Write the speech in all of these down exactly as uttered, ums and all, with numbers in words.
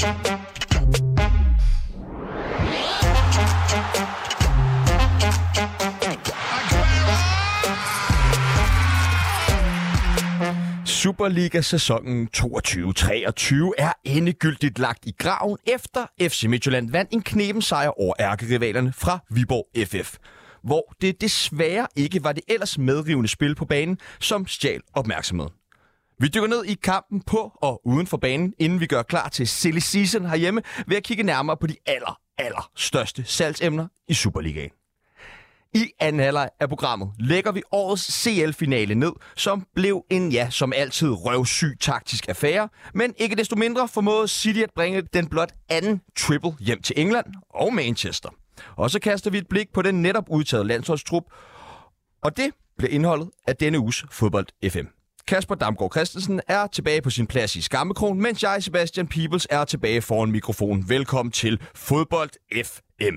Superliga-sæsonen toogtyve treogtyve er endegyldigt lagt i graven, efter F C Midtjylland vandt en kneben sejr over ærkerivalerne fra Viborg F F, hvor det desværre ikke var det ellers medrivende spil på banen, som stjal opmærksomheden. Vi dykker ned i kampen på og uden for banen, inden vi gør klar til silly season herhjemme, ved at kigge nærmere på de aller, aller største salgsemner i Superligaen. I anden halvleg af programmet lægger vi årets C L-finale ned, som blev en, ja, som altid røvsyg taktisk affære, men ikke desto mindre formåede City at bringe den blot anden triple hjem til England og Manchester. Og så kaster vi et blik på den netop udtaget landsholdstrup, og det bliver indholdet af denne uges Fodbold F M. Kasper Damgaard Christensen er tilbage på sin plads i skammekrogen, mens jeg, Sebastian Peebles, er tilbage foran mikrofonen. Velkommen til Fodbold F M.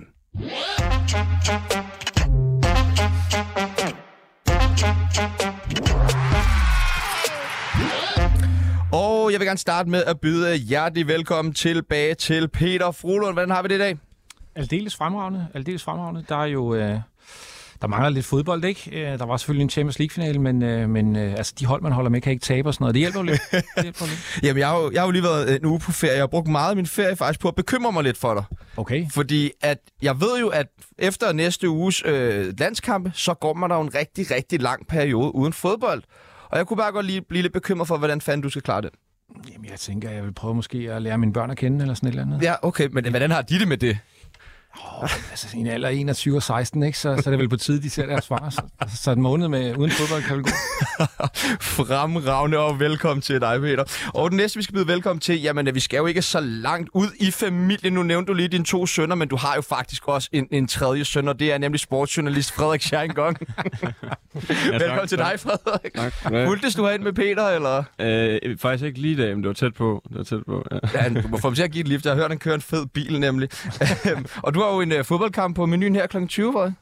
Og jeg vil gerne starte med at byde hjertelig velkommen tilbage til Peter Frohlund. Hvordan har vi det i dag? Aldeles fremragende. Aldeles fremragende. Der er jo... Øh, der mangler lidt fodbold, ikke? Der var selvfølgelig en Champions League-finale, men, øh, men øh, altså, de hold, man holder med, kan ikke tabe og sådan noget. Det hjælper jo lidt. Det hjælper lidt. Jamen, jeg har, jo, jeg har jo lige været en uge på ferie. Jeg har brugt meget af min ferie faktisk på at bekymre mig lidt for dig. Okay. Fordi at, jeg ved jo, at efter næste uges øh, landskampe, så går man der jo en rigtig, rigtig lang periode uden fodbold. Og jeg kunne bare godt lige blive lidt bekymret for, hvordan fanden du skal klare det. Jamen, jeg tænker, jeg vil prøve måske at lære mine børn at kende, eller sådan et eller andet. Ja, okay. Men hvordan har de det med det? Oh, altså, i en alder enogtyve og seksten, ikke? Så, så er det vel på tide, de ser deres far. Så, så en måned med uden fodbold kan vel gå. Fremragende, og velkommen til dig, Peter. Og den næste, vi skal byde velkommen til, jamen, vi skal jo ikke så langt ud i familien. Nu nævnte du lige dine to sønner, men du har jo faktisk også en, en tredje søn, og det er nemlig sportsjournalist Frederik Scheingong. Ja, velkommen til dig, Frederik. Tak. Fulgtes du herind med Peter, eller? Øh, faktisk ikke lige i dag, men det var tæt på. Det var tæt på, ja. Ja, du må få ham til at give et lift. Jeg har hørt, han kører en fed bil, nemlig. Og du har jo en uh, fodboldkamp på menuen her klokken tyve, hvor?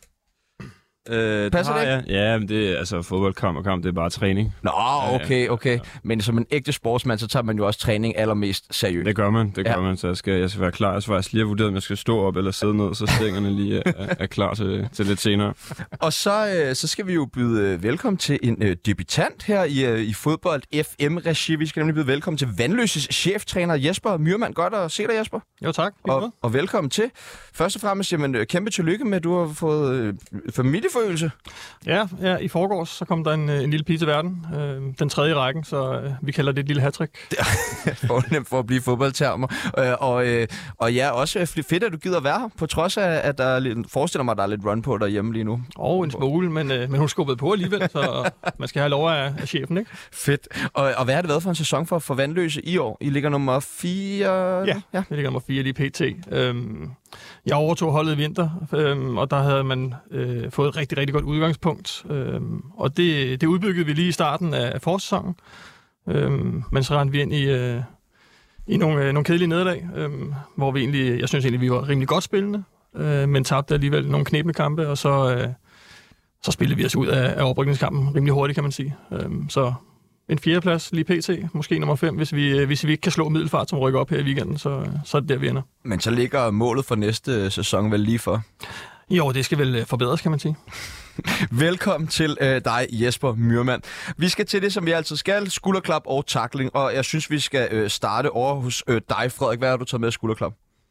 Øh, Passer det ikke? Jeg. Ja, men det er altså fodboldkamp og kamp, det er bare træning. Nå, okay, okay. Ja. Men som en ægte sportsmand, så tager man jo også træning allermest seriøst. Det gør man, det gør ja. man. Så jeg skal, jeg skal være klar. Jeg skal faktisk lige have vurderet, om jeg skal stå op eller sidde ned, så stængerne lige er, er klar til, til lidt senere. Og så, øh, så skal vi jo byde øh, velkommen til en øh, debutant her i, øh, i fodbold F M-regi. Vi skal nemlig byde velkommen til Vandløses cheftræner Jesper Myrmand. Godt at se dig, Jesper. Jo, tak. Og, og velkommen til. Først og fremmest, jamen, kæmpe tillykke med, at du har fået øh, familieforøgelse. Ja, ja, i forgårs så kom der en, en lille pige til verden. Øh, den tredje i rækken, så øh, vi kalder det et lille hattrick. Det er fornemt for at blive fodboldtermer. Øh, og, øh, og ja, også fedt, at du gider være her, på trods af, at der forestiller mig, at der er lidt run på derhjemme lige nu. Og en smule, men, øh, men hun skubbede på alligevel, så man skal have lov af, af chefen, ikke? Fedt. Og, og hvad har det været for en sæson for, for Vandløse i år? I ligger nummer fire? Ja, ja. Vi ligger nummer fire lige pt. Øhm, jeg overtog holdet i vinter, øhm, og der havde man øh, fået et rigtig, rigtig godt udgangspunkt. Øhm, og det, det udbyggede vi lige i starten af forsæsonen. Øhm, men så rendte vi ind i, øh, i nogle, øh, nogle kedelige nederlag, øh, hvor vi egentlig, jeg synes egentlig, vi var rimelig godt spillende, øh, men tabte alligevel nogle knebne kampe, og så, øh, så spillede vi os ud af, af oprykningskampen rimelig hurtigt, kan man sige. Øhm, så en fjerdeplads lige pt, måske nummer fem, hvis vi, hvis vi ikke kan slå Middelfart, som rykker op her i weekenden, så, så er det der, vi ender. Men så ligger målet for næste sæson vel lige for? Jo, det skal vel forbedres, kan man sige. Velkommen til øh, dig, Jesper Myrmand. Vi skal til det, som vi altid skal, skulderklap og tackling, og jeg synes, vi skal øh, starte over hos øh, dig, Frederik. Hvad har du taget med skulderklap?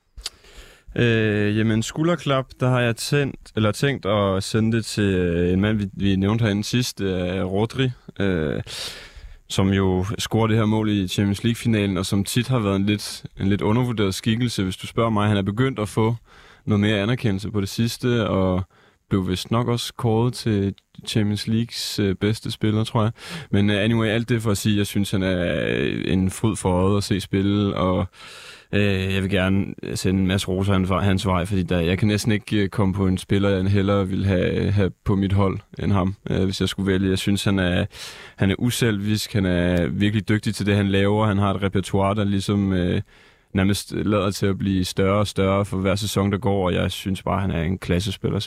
Øh, jamen, skulderklap, der har jeg tænkt, eller tænkt at sende det til øh, en mand, vi, vi nævnte herinde sidst, øh, Rodri, øh, som jo scorede det her mål i Champions League-finalen, og som tit har været en lidt, en lidt undervurderet skikkelse, hvis du spørger mig. Han er begyndt at få noget mere anerkendelse på det sidste, og blev vist nok også kåret til Champions Leagues øh, bedste spiller, tror jeg. Men uh, anyway, alt det for at sige, jeg synes, han er en fryd for øjet at se spille, og øh, jeg vil gerne sende en masse roser hans, hans vej, fordi der, jeg kan næsten ikke komme på en spiller, jeg hellere ville have, have på mit hold end ham, øh, hvis jeg skulle vælge. Jeg synes, han er, han er uselvisk, han er virkelig dygtig til det, han laver. Han har et repertoire, der ligesom øh, nærmest lader til at blive større og større for hver sæson, der går, og jeg synes bare, han er en klassespiller simpelthen.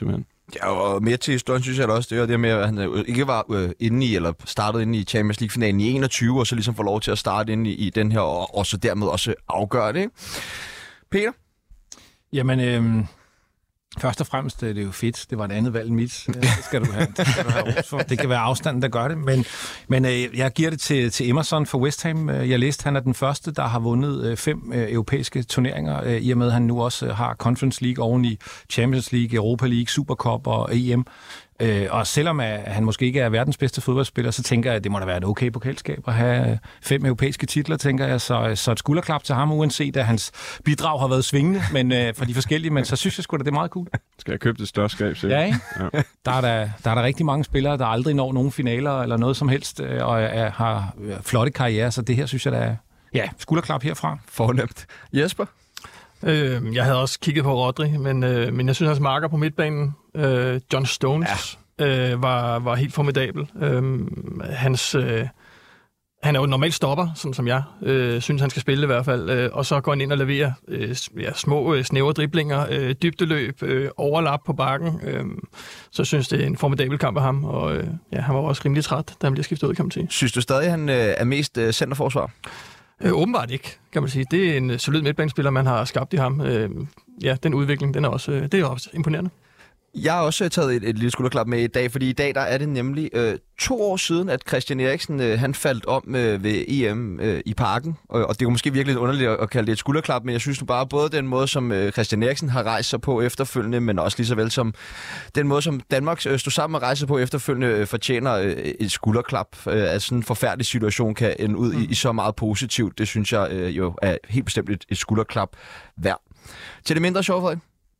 Ja, og mere til historien, synes jeg da også, det var det med, at han ikke var øh, inde i, eller startede inde i Champions League-finalen i enogtyve, og så ligesom får lov til at starte inde i, i den her, og, og så dermed også afgøre det, ikke? Peter? Jamen, øh, først og fremmest det er det jo fedt. Det var et andet valg end mit. Det skal du have, det skal du have ros for. Det kan være afstanden, der gør det. Men, men øh, jeg giver det til, til Emerson for West Ham. Jeg læste, han er den første, der har vundet øh, fem øh, europæiske turneringer, øh, i og med, at han nu også har Conference League oven i Champions League, Europa League, Supercup og E M. Øh, og selvom at han måske ikke er verdens bedste fodboldspiller, så tænker jeg, at det må da være et okay pokalskab at have fem europæiske titler, tænker jeg. Så, så et skulderklap til ham, uanset at hans bidrag har været svingende men, øh, for de forskellige, men så synes jeg sgu da, det er meget cool. Skal jeg købe det større skab? Ja, ikke? Ja. Der, er der, der er der rigtig mange spillere, der aldrig når nogen finaler eller noget som helst, øh, og er, har flotte karriere, så det her synes jeg, der er ja, skulderklap herfra. Fornemt. Jesper? Øh, jeg havde også kigget på Rodri, men, øh, men jeg synes, hans marker på midtbanen, øh, John Stones, ja. øh, var, var helt formidabel. Øh, hans, øh, han er jo normalt stopper, sådan som jeg øh, synes, han skal spille i hvert fald. Øh, og så går han ind og leverer øh, ja, små, øh, snævre driblinger, øh, dybdeløb, øh, overlap på bakken. Øh, så jeg synes, det er en formidabel kamp af ham, og øh, ja, han var også rimelig træt, da han blev skiftet ud, kan man sige. Synes du stadig, han øh, er mest øh, centerforsvar? Øh, åbenbart ikke, kan man sige. Det er en solid midtbanespiller, man har skabt i ham. Øh, ja, den udvikling, den er også, øh, det er også imponerende. Jeg har også taget et, et lille skulderklap med i dag, fordi i dag der er det nemlig øh, to år siden, at Christian Eriksen øh, han faldt om øh, ved E M øh, i Parken. Og, og det er jo måske virkelig lidt underligt at, at kalde det et skulderklap, men jeg synes nu bare, både den måde, som øh, Christian Eriksen har rejst sig på efterfølgende, men også lige så vel som den måde, som Danmark øh, stod sammen og rejste sig på efterfølgende, øh, fortjener øh, et skulderklap. Øh, at sådan en forfærdelig situation kan ende ud mm. i, i så meget positivt. Det synes jeg øh, jo er helt bestemt et, et skulderklap værd. Til det mindre sjov, Frederik?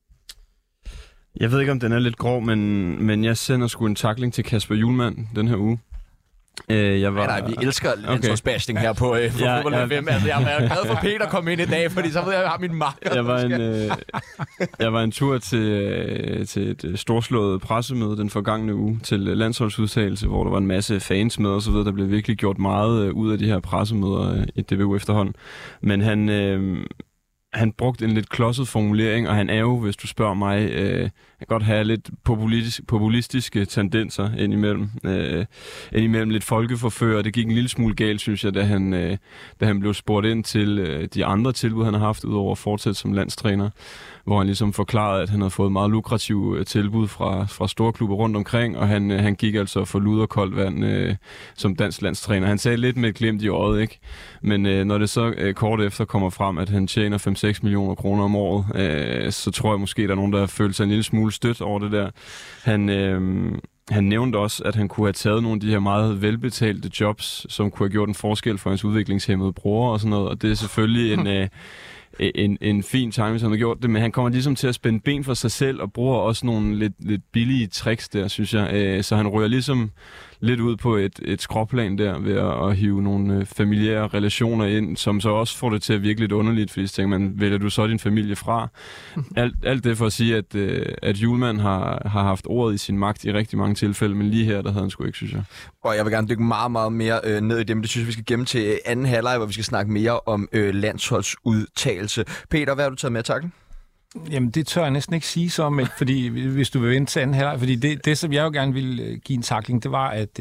Jeg ved ikke, om den er lidt grov, men, men jeg sender sgu en tackling til Kasper Hjulmand den her uge. Øh, jeg var... Nej, nej, vi elsker landsholdsbashing her på øh, ja, Fodbold ja. F M. Altså, jeg er glad for, at Peter kom ind i dag, fordi så ved jeg, at jeg har min marker. Jeg var en, øh, jeg var en tur til, øh, til et storslået pressemøde den forgangne uge til landsholdsudtagelse, hvor der var en masse fans med og så videre. Der blev virkelig gjort meget øh, ud af de her pressemøder øh, i D B U efterhånden. Men han... Øh, Han brugte en lidt klodset formulering, og han er jo, hvis du spørger mig, øh, kan godt have lidt populistisk, populistiske tendenser indimellem. Øh, indimellem lidt folkeforfører. Det gik en lille smule galt, synes jeg, da han, øh, da han blev spurgt ind til øh, de andre tilbud, han har haft, udover at fortsætte som landstræner, hvor han ligesom forklarede, at han havde fået meget lukrative tilbud fra, fra store klubber rundt omkring, og han, han gik altså for lud og koldt vand øh, som dansk landstræner. Han sagde lidt med et glimt i øjet, ikke? Men øh, når det så øh, kort efter kommer frem, at han tjener fem til seks millioner kroner om året, øh, så tror jeg måske, der er nogen, der føler sig en lille smule stødt over det der. Han... Øh, Han nævnte også, at han kunne have taget nogle af de her meget velbetalte jobs, som kunne have gjort en forskel for hans udviklingshæmmede bror og sådan noget, og det er selvfølgelig en... øh, En, en fin timing, som har gjort det, men han kommer ligesom til at spænde ben for sig selv og bruger også nogle lidt, lidt billige tricks der, synes jeg. Så han rører ligesom lidt ud på et, et skråplan der ved at, at hive nogle familiære relationer ind, som så også får det til at virke lidt underligt, fordi så tænker man, vælger du så din familie fra? Alt, alt det for at sige, at, at Hjulmand har, har haft ordet i sin magt i rigtig mange tilfælde, men lige her, der havde han sgu ikke, synes jeg. Og jeg vil gerne dykke meget, meget mere øh, ned i det, men det synes jeg, vi skal gemme til anden halvleg, hvor vi skal snakke mere om øh, landsholdsudtagelse. Peter, hvad har du taget med at tackle? Jamen, det tør jeg næsten ikke sige så, men, fordi, hvis du vil vente til anden halvleg. Fordi det, det, som jeg jo gerne ville give en tackling, det var, at,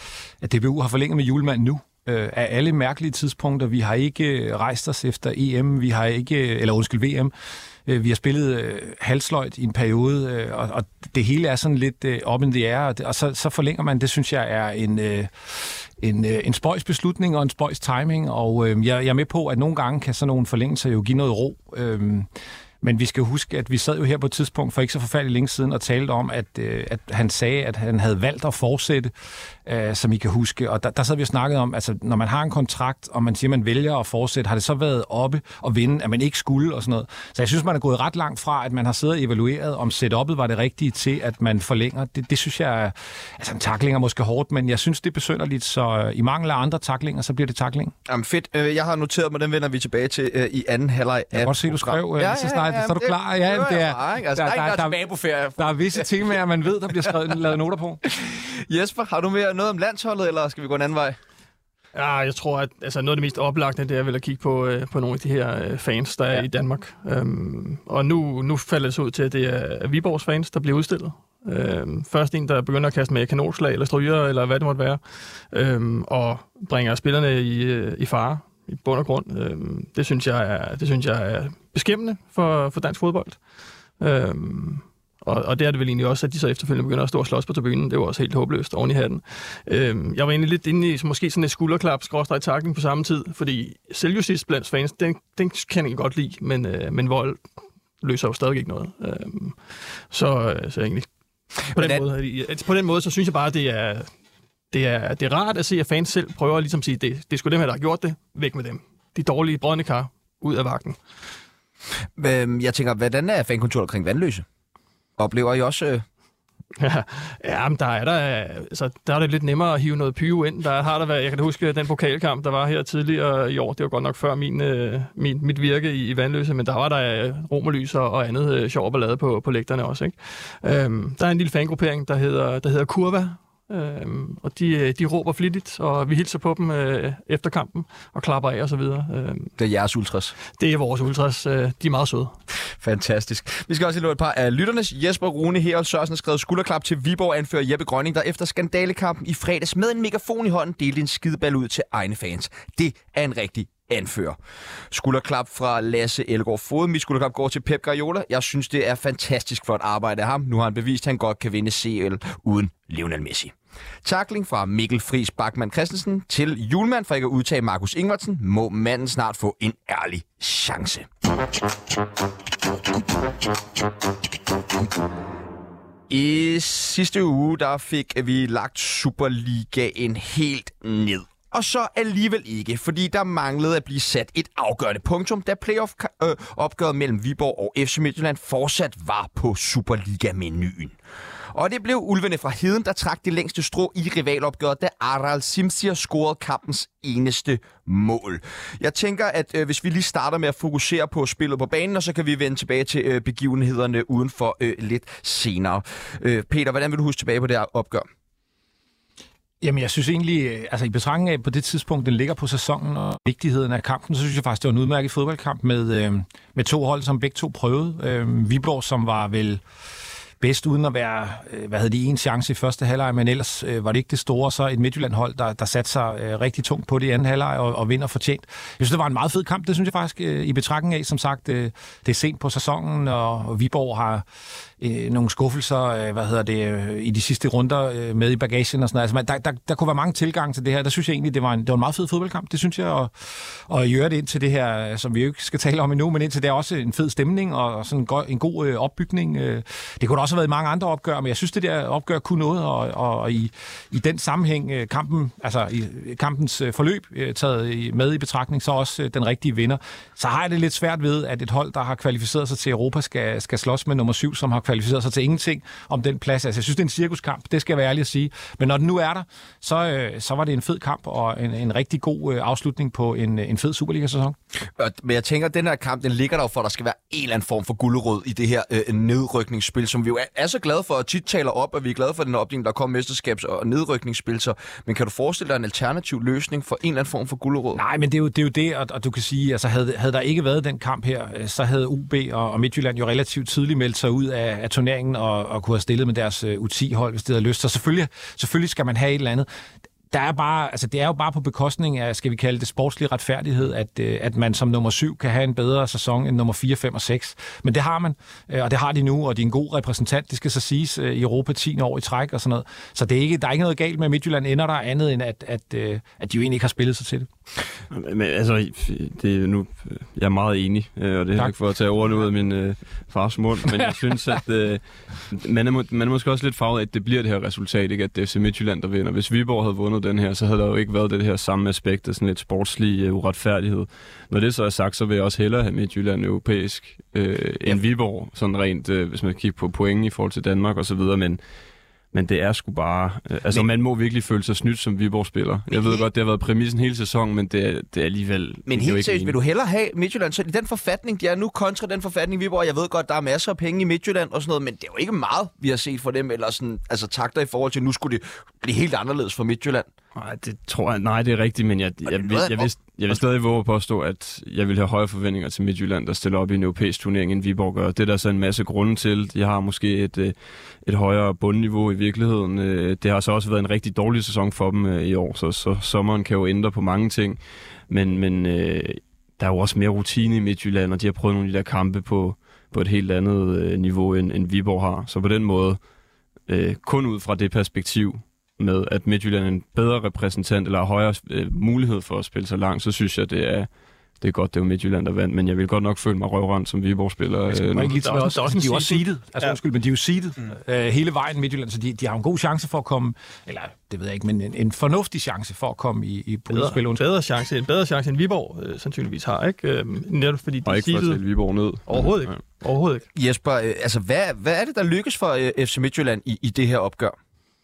at D B U har forlænget med Hjulmand nu. Af alle mærkelige tidspunkter. Vi har ikke rejst os efter E M, vi har ikke, eller undskyld, V M. Vi har spillet øh, halvsløjt i en periode, øh, og, og det hele er sådan lidt øh, up in the air, og, det, og så, så forlænger man, det synes jeg er en, øh, en, øh, en spøjs beslutning og en spøjs timing, og øh, jeg, jeg er med på, at nogle gange kan sådan nogle forlængelser jo give noget ro. Øh, Men vi skal huske, at vi sad jo her på et tidspunkt for ikke så forfærdeligt længe siden og talte om, at, øh, at han sagde, at han havde valgt at fortsætte, øh, som I kan huske. Og der, der sad vi og snakkede om, altså når man har en kontrakt, og man siger, at man vælger at fortsætte, har det så været oppe og vinde, at man ikke skulle og sådan noget. Så jeg synes, man er gået ret langt fra, at man har siddet og evalueret, om setup'et var det rigtige til, at man forlænger. Det, det synes jeg, altså en tackling er måske hårdt, men jeg synes, det er besynderligt, så i mangel af andre tacklinger, så bliver det tackling. Jamen fedt. Jeg har noteret mig, den vender vi tilbage til uh, i anden halvleg. Jeg kan godt se, du skrev, ja, ja, så snart, ja, ja, så er du klar. Ja, det, det er, bare, altså, der, der, der, der, på ferie. der er visse temaer, man ved, der bliver skrevet, lavet noter på. Jesper, har du mere noget om landsholdet, eller skal vi gå en anden vej? Ja, jeg tror, at altså, noget af det mest oplagte, det er vel at kigge på, øh, på nogle af de her øh, fans, der er ja. i Danmark. Øhm, og nu, nu falder det så ud til, at det er Viborgs fans, der bliver udstillet. Øhm, først en, der begynder at kaste med kanonslag eller stryger, eller hvad det måtte være, øhm, og bringer spillerne i, i fare i bund og grund. Øhm, det, synes jeg er, det synes jeg er beskæmmende for, for dansk fodbold. Øhm, og, og det er det vel egentlig også, at de så efterfølgende begynder at stå og slås på tribunen. Det var også helt håbløst oven i hatten. Øhm, jeg var egentlig lidt inde i måske sådan et skulderklap, skråstreg takling på samme tid, fordi selvjustits blandt fans, den, den kan jeg godt lide, men, øh, men vold løser jo stadig ikke noget. Øhm, så, så egentlig på den, måde, på den måde, så synes jeg bare, at det er, det er, det er rart at se, at fans selv prøver at ligesom sige, det, det er sgu dem her, der har gjort det, væk med dem. De dårlige brodne kar, ud af vagten. Jeg tænker, hvordan er fankontrol omkring Vandløse? Oplever I også... Øh... Ja, ja, men der er der, altså, der er det lidt nemmere at hive noget pyro ind. Der har der været, jeg kan da huske den pokalkamp, der var her tidligere i år. Det var godt nok før min, øh, min, mit virke i, i Vandløse, men der var der romerlys og, og andet øh, sjov ballade på, på lægterne også. Ikke? Øhm, der er en lille fangruppering, der hedder, der hedder Kurva, øhm, og de, de råber flittigt, og vi hilser på dem øh, efter kampen og klapper af og så videre. Øhm, det er jeres ultras? Det er vores ultras. Øh, de er meget søde. Fantastisk. Vi skal også lige et par af lytternes. Jesper Rune her og Sørensen har skrevet skulderklap til Viborg anfører Jeppe Grønning, der efter skandalekampen i fredags med en megafon i hånden delte en skideball ud til egne fans. Det er en rigtig anfører. Skulderklap fra Lasse Ellegaard Fod. Mit skulderklap går til Pep Guardiola. Jeg synes, det er fantastisk flot arbejde af ham. Nu har han bevist, at han godt kan vinde C L uden Lionel Messi. Tackling fra Mikkel Friis Bachmann Christensen til Julemand for ikke at udtage Markus Ingvartsen. Må manden snart få en ærlig chance. I sidste uge der fik vi lagt Superligaen helt ned. Og så alligevel ikke, fordi der manglede at blive sat et afgørende punktum, da playoff-opgøret mellem Viborg og F C Midtjylland fortsat var på Superliga-menuen. Og det blev ulvene fra Heden, der trak det længste strå i rivalopgøret, da Aral Simsier scorede kampens eneste mål. Jeg tænker, at øh, hvis vi lige starter med at fokusere på spillet på banen, og så kan vi vende tilbage til øh, begivenhederne udenfor øh, lidt senere. Øh, Peter, hvordan vil du huske tilbage på det her opgør? Jamen, jeg synes egentlig, altså i betragtning af på det tidspunkt, den ligger på sæsonen og vigtigheden af kampen, så synes jeg faktisk, det var en udmærket fodboldkamp med, øh, med to hold, som begge to prøvede. Øh, Viborg, som var vel bedst uden at være, hvad havde de, en chance i første halvleg, men ellers øh, var det ikke det store, så et Midtjylland-hold, der, der satte sig øh, rigtig tungt på det i anden halvleg og, og vinder fortjent. Jeg synes, det var en meget fed kamp, det synes jeg faktisk, øh, i betragtning af, som sagt, øh, det er sent på sæsonen, og, og Viborg har øh, nogle skuffelser, øh, hvad hedder det, øh, i de sidste runder øh, med i bagagen og sådan noget. Altså, man, der, der, der kunne være mange tilgange til det her, der synes jeg egentlig, det var en, det var en meget fed fodboldkamp, det synes jeg, og, og i øvrigt ind til det her, som vi jo ikke skal tale om endnu, men indtil det er også en fed stemning og, og sådan en, go- en god øh, opbygning. Øh, det kunne også have været mange andre opgør, men jeg synes, det der opgør kunne noget, og, og, og i, i den sammenhæng, kampen, altså i kampens forløb, taget med i betragtning, så også den rigtige vinder. Så har jeg det lidt svært ved, at et hold, der har kvalificeret sig til Europa, skal, skal slås med nummer syv, som har kvalificeret sig til ingenting om den plads. Altså, jeg synes, det er en cirkuskamp, det skal jeg være ærlig at sige. Men når den nu er der, så, så var det en fed kamp, og en, en rigtig god afslutning på en, en fed Superliga-sæson. Men jeg tænker, at den her kamp, den ligger der for, at der skal være en eller anden form for gulerod i det her øh, nedrykningsspil, som vi jo er, er så glade for, at tit taler op, at vi er glade for den opdeling, der kommer mesterskabs- og nedrykningsspil. Så, men kan du forestille dig en alternativ løsning for en eller anden form for gulerod? Nej, men det er jo det, er jo det og, og du kan sige, altså havde, havde der ikke været den kamp her, så havde U B og, og Midtjylland jo relativt tidligt meldt sig ud af, af turneringen og, og kunne have stillet med deres U ti hold, hvis det havde lyst. Så selvfølgelig, selvfølgelig skal man have et eller andet. Der er bare, altså det er jo bare på bekostning af, skal vi kalde det sportslig retfærdighed, at, at man som nummer syv kan have en bedre sæson end nummer fire, fem og seks. Men det har man, og det har de nu, og de er en god repræsentant, det skal så siges, i Europa ti år i træk og sådan noget. Så det er ikke, der er ikke noget galt med, at Midtjylland ender der andet, end at, at, at de jo egentlig ikke har spillet sig til det. Men altså, det er nu, jeg er meget enig, og det er ikke for at tage ordene ud af min øh, fars mund, men jeg synes, at øh, man, er, man er måske også lidt farvet af, at det bliver det her resultat, ikke? At det er F C Midtjylland, der vinder. Hvis Viborg havde vundet den her, så havde der jo ikke været det her samme aspekt af sådan lidt sportslig uh, uretfærdighed. Når det så er sagt, så vil jeg også hellere have Midtjylland europæisk øh, end Viborg, sådan rent, øh, hvis man kigger på pointen i forhold til Danmark og så videre, men Men det er sgu bare... Øh, altså, men, man må virkelig føle sig snydt som Viborg-spiller. Jeg ved godt, det har været præmissen hele sæsonen, men det er, det er alligevel... Men helt seriøst, vil du hellere have Midtjylland selv i den forfatning, de er nu, kontra den forfatning Viborg? Jeg ved godt, der er masser af penge i Midtjylland og sådan noget, men det er jo ikke meget, vi har set for dem, eller sådan, altså takter i forhold til, nu skulle det blive helt anderledes for Midtjylland. Nej, det tror jeg... Nej, det er rigtigt, men jeg, jeg, jeg, jeg, jeg, vil, jeg vil stadig våge at påstå, at jeg vil have høje forventninger til Midtjylland, der stiller op i en europæisk turnering, end Viborg gør. Det er der så en masse grunde til. De har måske et, et højere bundniveau i virkeligheden. Det har så også været en rigtig dårlig sæson for dem i år, så, så sommeren kan jo ændre på mange ting. Men, men øh, der er jo også mere rutine i Midtjylland, og de har prøvet nogle af de der kampe på, på et helt andet øh, niveau, end, end Viborg har. Så på den måde, øh, kun ud fra det perspektiv, med at Midtjylland er en bedre repræsentant, eller har højere øh, mulighed for at spille så langt, så synes jeg, det er, det er godt, det er Midtjylland, der vandt, men jeg vil godt nok føle mig røvrendt som Viborg-spiller. Øh, ikke lige til også, også, de er også seedet, altså ja. undskyld, men de er jo seedet mm. øh, hele vejen Midtjylland, så de, de har en god chance for at komme, eller det ved jeg ikke, men en, en fornuftig chance for at komme i, i poolspil. En bedre chance, en bedre chance end Viborg øh, sandsynligvis har, ikke? Øh, netop fordi de og ikke for at tælle Viborg ned. Overhovedet ikke. Ja. Overhovedet ikke. Jesper, øh, altså hvad, hvad er det, der lykkes for øh, F C Midtjylland i, i det her opgør?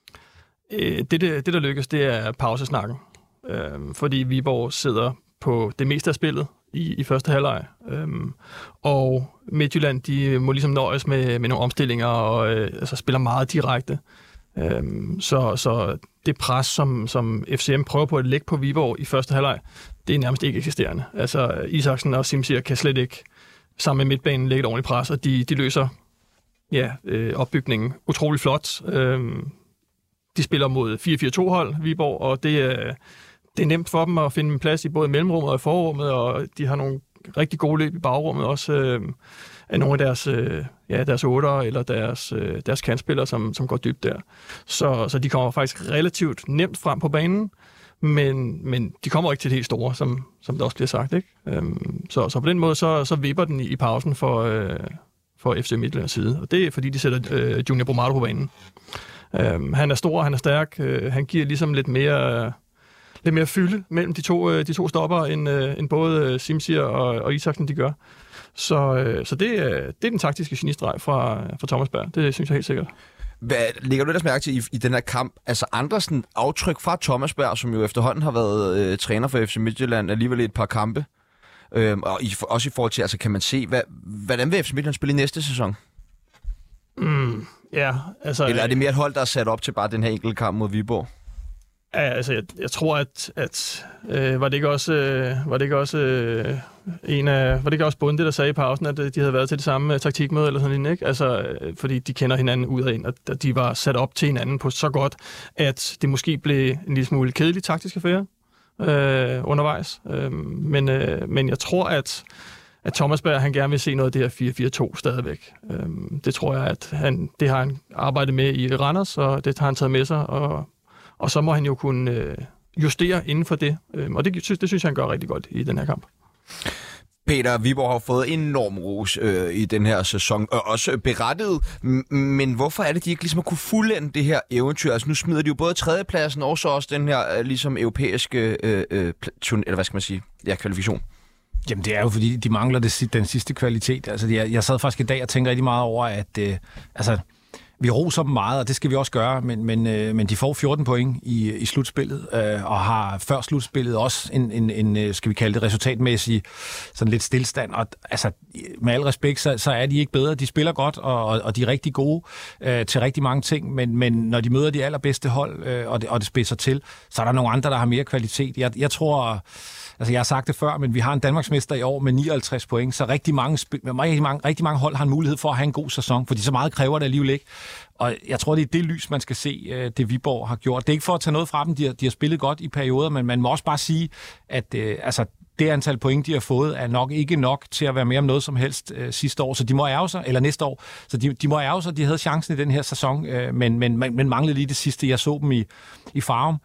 Det, det, det, der lykkes, det er pausesnakken. Øhm, fordi Viborg sidder på det meste af spillet i, i første halvleg. Øhm, og Midtjylland, de må ligesom nøjes med, med nogle omstillinger og øh, altså spiller meget direkte. Øhm, så, så det pres, som, som F C M prøver på at lægge på Viborg i første halvleg, det er nærmest ikke eksisterende. Altså Isaksen og Simsier kan slet ikke sammen med midtbanen lægge et ordentligt pres, og de, de løser ja, øh, opbygningen utrolig flot. Øhm, De spiller mod fire fire to-hold, Viborg, og det er, det er nemt for dem at finde en plads i både mellemrummet og forrummet, og de har nogle rigtig gode løb i bagrummet også øh, af nogle af deres, øh, ja, deres otter eller deres, øh, deres kantspillere, som, som går dybt der. Så, så de kommer faktisk relativt nemt frem på banen, men, men de kommer ikke til det helt store, som, som der også bliver sagt. Ikke? Øhm, så, så på den måde, så, så vipper den i, i pausen for, øh, for F C Midtjyllands side, og det er fordi, de sætter øh, Junior Bromado på banen. Um, han er stor, han er stærk, uh, han giver ligesom lidt mere, uh, lidt mere fylde mellem de to, uh, de to stopper, end, uh, end både uh, Simsier og, og Isaksen de gør. Så, uh, så det, uh, det er den taktiske genistreg fra, fra Thomas Berg, det synes jeg helt sikkert. Hvad lægger du ellers mærke til i, i den her kamp? Altså andre sådan aftryk fra Thomas Berg, som jo efterhånden har været øh, træner for F C Midtjylland alligevel i et par kampe. Øhm, og i, også i forhold til, altså kan man se, hvad, hvordan vil F C Midtjylland spille i næste sæson? Mm, ja, altså... Eller er det mere et hold, der er sat op til bare den her enkelte kamp mod Viborg? Ja, altså, jeg, jeg tror, at, at øh, var det ikke også, øh, var det ikke også øh, en af, var det ikke også Bunde, der sagde i pausen, at de havde været til det samme uh, taktikmøde eller sådan noget, ikke? Altså, øh, fordi de kender hinanden ud af en, og de var sat op til hinanden på så godt, at det måske blev en lille smule kedelig taktisk affære øh, undervejs. Øh, men, øh, men jeg tror, at at Thomas Berg, han gerne vil se noget af det her fire fire to stadigvæk. Øhm, det tror jeg, at han, det har han arbejdet med i Randers, og det har han taget med sig, og, og så må han jo kunne øh, justere inden for det. Øhm, og det, synes, det synes jeg, han gør rigtig godt i den her kamp. Peter, Viborg har fået enorm ros øh, i den her sæson, og også berettiget, men hvorfor er det, de ikke ligesom har kunne fuldende det her eventyr? Altså nu smider de jo både tredjepladsen, og så også den her øh, ligesom europæiske, øh, øh, eller hvad skal man sige, ja, kvalifikation. Jamen, det er jo, fordi de mangler det, den sidste kvalitet. Altså, jeg, jeg sad faktisk i dag og tænkte rigtig meget over, at øh, altså, vi roser dem meget, og det skal vi også gøre, men, men, øh, men de får fjorten point i, i slutspillet, øh, og har før slutspillet også en, en, en, skal vi kalde det, resultatmæssig sådan lidt stillstand. Og altså, med al respekt, så, så er de ikke bedre. De spiller godt, og, og de er rigtig gode øh, til rigtig mange ting, men, men når de møder de allerbedste hold, øh, og, det, og det spidser til, så er der nogle andre, der har mere kvalitet. Jeg, jeg tror... Altså, jeg har sagt det før, men vi har en Danmarksmester i år med nioghalvtreds point, så rigtig mange, rigtig, mange, rigtig mange hold har en mulighed for at have en god sæson, fordi så meget kræver det alligevel ikke. Og jeg tror, det er det lys, man skal se, det Viborg har gjort. Det er ikke for at tage noget fra dem, de har, de har spillet godt i perioder, men man må også bare sige, at øh, altså, det antal point, de har fået, er nok ikke nok til at være mere om noget som helst øh, sidste år, så de må ærge sig, eller næste år, så de, de må ærge sig, de havde chancen i den her sæson, øh, men, men, men manglede lige det sidste. Jeg så dem i, i Farum,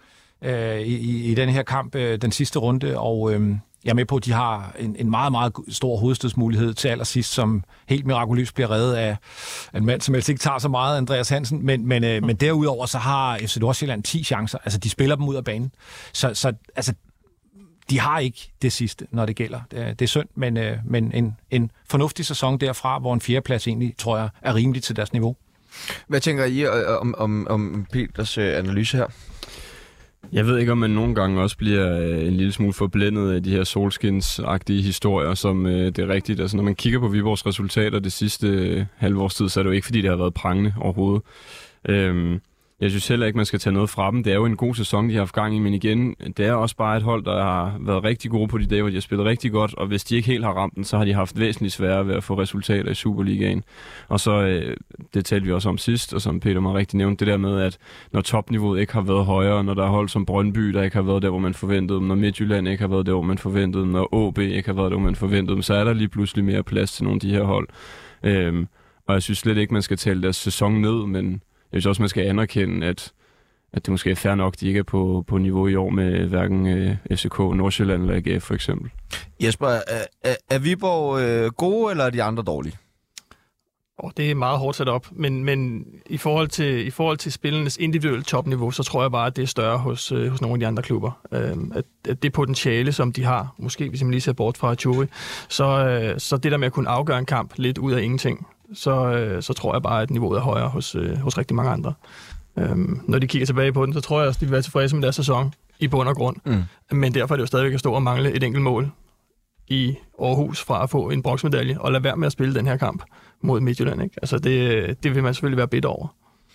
I, i den her kamp, den sidste runde, og øh, jeg er med på, at de har en, en meget, meget stor hovedstødsmulighed til allersidst, som helt mirakuløst bliver reddet af en mand, som helst ikke tager så meget, Andreas Hansen, men, men, øh, men derudover så har F C Nordsjælland ti chancer, altså de spiller dem ud af banen, så, så altså, de har ikke det sidste, når det gælder. Det er, det er synd, men, øh, men en, en fornuftig sæson derfra, hvor en fjerdeplads egentlig, tror jeg, er rimelig til deres niveau. Hvad tænker I om, om, om Peters analyse her? Jeg ved ikke, om man nogle gange også bliver øh, en lille smule forblændet af de her solskins-agtige historier, som øh, det er rigtigt. Altså, når man kigger på Viborgs resultater det sidste øh, halve års tid, så er det jo ikke, fordi det har været prangende overhovedet. Øhm, jeg synes heller ikke, man skal tage noget fra dem. Det er jo en god sæson, de har haft gang i, men igen, det er også bare et hold, der har været rigtig gode på de dage, hvor de har spillet rigtig godt, og hvis de ikke helt har ramt den, så har de haft væsentligt sværere ved at få resultater i Superligaen. Og så, øh, det talte vi også om sidst, og som Peter mig rigtig nævnte, det der med, at når topniveauet ikke har været højere, når der er hold som Brøndby, der ikke har været der, hvor man forventede dem, når Midtjylland ikke har været der, hvor man forventede dem, når O B ikke har været der, hvor man forventede dem, så er der lige pludselig mere plads til nogle af de her hold. Øhm, og jeg synes slet ikke, man skal tale deres sæson ned, men jeg synes også, man skal anerkende, at, at det måske er fair nok, de ikke er på, på niveau i år med hverken øh, F C K, Nordsjælland eller A G F for eksempel. Jesper, er, er, er Viborg øh, gode, eller er de andre dårlige? Oh, det er meget hårdt sat op, men, men i, forhold til, i forhold til spillernes individuelle topniveau, så tror jeg bare, at det er større hos, øh, hos nogle af de andre klubber. Øh, at, at det potentiale, som de har, måske hvis man lige ser bort fra Tjuri, så, øh, så det der med at kunne afgøre en kamp lidt ud af ingenting, så, øh, så tror jeg bare, at niveauet er højere hos, øh, hos rigtig mange andre. Øhm, når de kigger tilbage på den, så tror jeg også, de vil være tilfredse med deres sæson i bund og grund. Mm. Men derfor er det jo stadigvæk at stå og mangle et enkelt mål i Aarhus fra at få en bronzemedalje og lade være med at spille den her kamp mod Midtjylland. Ikke? Altså det, det vil man selvfølgelig være bitter over.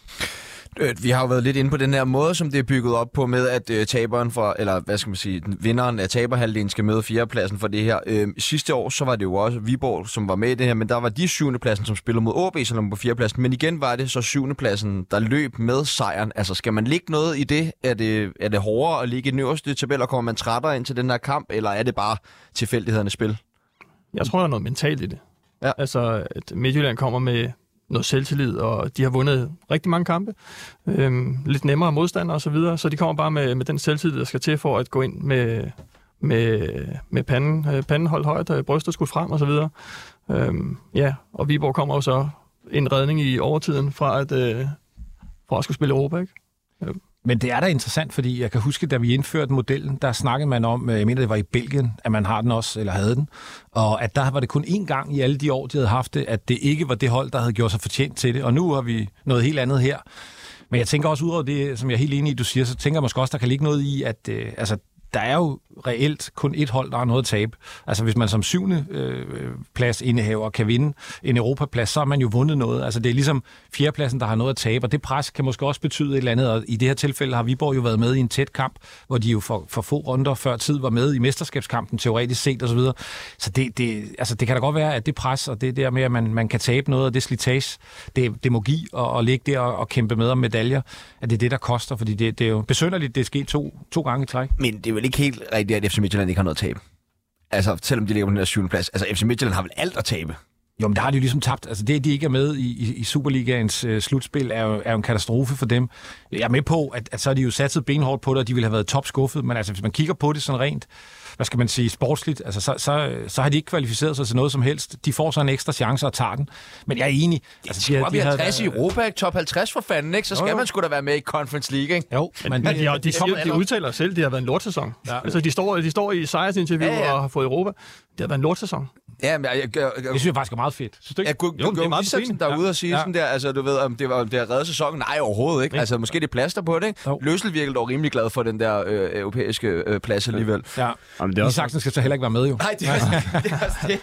Vi har jo været lidt inde på den her måde, som det er bygget op på med, at øh, taberen fra, eller hvad skal man sige, vinderen af taberhalvdelen skal møde fjerdepladsen for det her. Øh, sidste år, så var det jo også Viborg, som var med i det her, men der var de syvende pladsen, som spiller mod O B, som var på fjerdepladsen. Men igen var det så syvende pladsen, der løb med sejren. Altså, skal man ligge noget i det? Er det, er det hårdere at ligge i den øverste tabel, og kommer man trættere ind til den her kamp, eller er det bare tilfældighedernes spil? Jeg tror, der er noget mentalt i det. Ja. Altså, at Midtjylland kommer med noget selvtillid, og de har vundet rigtig mange kampe. Øhm, lidt nemmere modstandere og så videre, så de kommer bare med, med den selvtillid, der skal til for at gå ind med, med, med panden, øh, panden holdt højt, øh, brystet skudt frem og så videre. Øhm, ja, og Viborg kommer jo så en redning i overtiden fra at, øh, fra at skulle spille Europa, ikke? Øhm. Men det er da interessant, fordi jeg kan huske, da vi indførte modellen, der snakkede man om, jeg mener det var i Belgien, at man har den også, eller havde den, og at der var det kun én gang i alle de år, de havde haft det, at det ikke var det hold, der havde gjort sig fortjent til det, og nu har vi noget helt andet her. Men jeg tænker også ud over det, som jeg er helt enig i, du siger, så tænker jeg måske også, der kan ligge noget i, at øh, altså, der er jo reelt kun et hold, der har noget at tabe. Altså hvis man som syvende øh, pladsindehaver kan vinde en europaplads, så har man jo vundet noget. Altså det er ligesom fjerdepladsen, der har noget at tabe, og det pres kan måske også betyde et eller andet. Og i det her tilfælde har Viborg jo været med i en tæt kamp, hvor de jo for, for få runder før tid var med i mesterskabskampen teoretisk set osv. Så, videre. så det, det, altså det kan da godt være, at det pres og det der med, at man, man kan tabe noget, og det slitage, det, det må give og, og ligge der og, og kæmpe med om medaljer, at det er det, der koster, fordi det, det er jo besynderligt, det er sket to, to gange i træk. Men det er vel ikke helt rigtigt, at F C Midtjylland ikke har noget at tabe. Altså, selvom de ligger på den her syvende plads. Altså, F C Midtjylland har vel alt at tabe. Jo, men der har de jo ligesom tabt. Altså, det, at de ikke er med i, i, i Superligaens øh, slutspil, er jo, er jo en katastrofe for dem. Jeg er med på, at, at så har de jo satset benhårdt på det, og de ville have været topskuffet. Men altså, hvis man kigger på det sådan rent, hvad skal man sige, sportsligt, altså, så, så, så har de ikke kvalificeret sig til noget som helst. De får så en ekstra chance og tager den. Men jeg er enig. Altså, de, de, de halvtreds i Europa, top halvtreds for fanden, ikke? Så skal jo, jo. man sgu da være med i Conference League, ikke? Jo, men, men de, de, de, de, siger, de udtaler selv, at det har været en lortsæson. Ja. Altså, de står, de står i sejrsinterview ja, ja. og har fået Europa. Det har været en lortsæson. Ja, men jeg, jeg, jeg, jeg, jeg synes jeg faktisk er meget fedt. Synes du ikke? Jeg kunne jo, det er meget fint. Der er ude og sige ja. sådan der, altså du ved, om det var det har reddet sæsonen. Nej, overhovedet ikke. Altså måske det plaster på det, ikke? Jo. Løssel virkelig dog rimelig glad for den der øh, europæiske øh, plads alligevel. Ja. Jamen, det er også... Isaksen skal så heller ikke være med, jo. Nej, det er også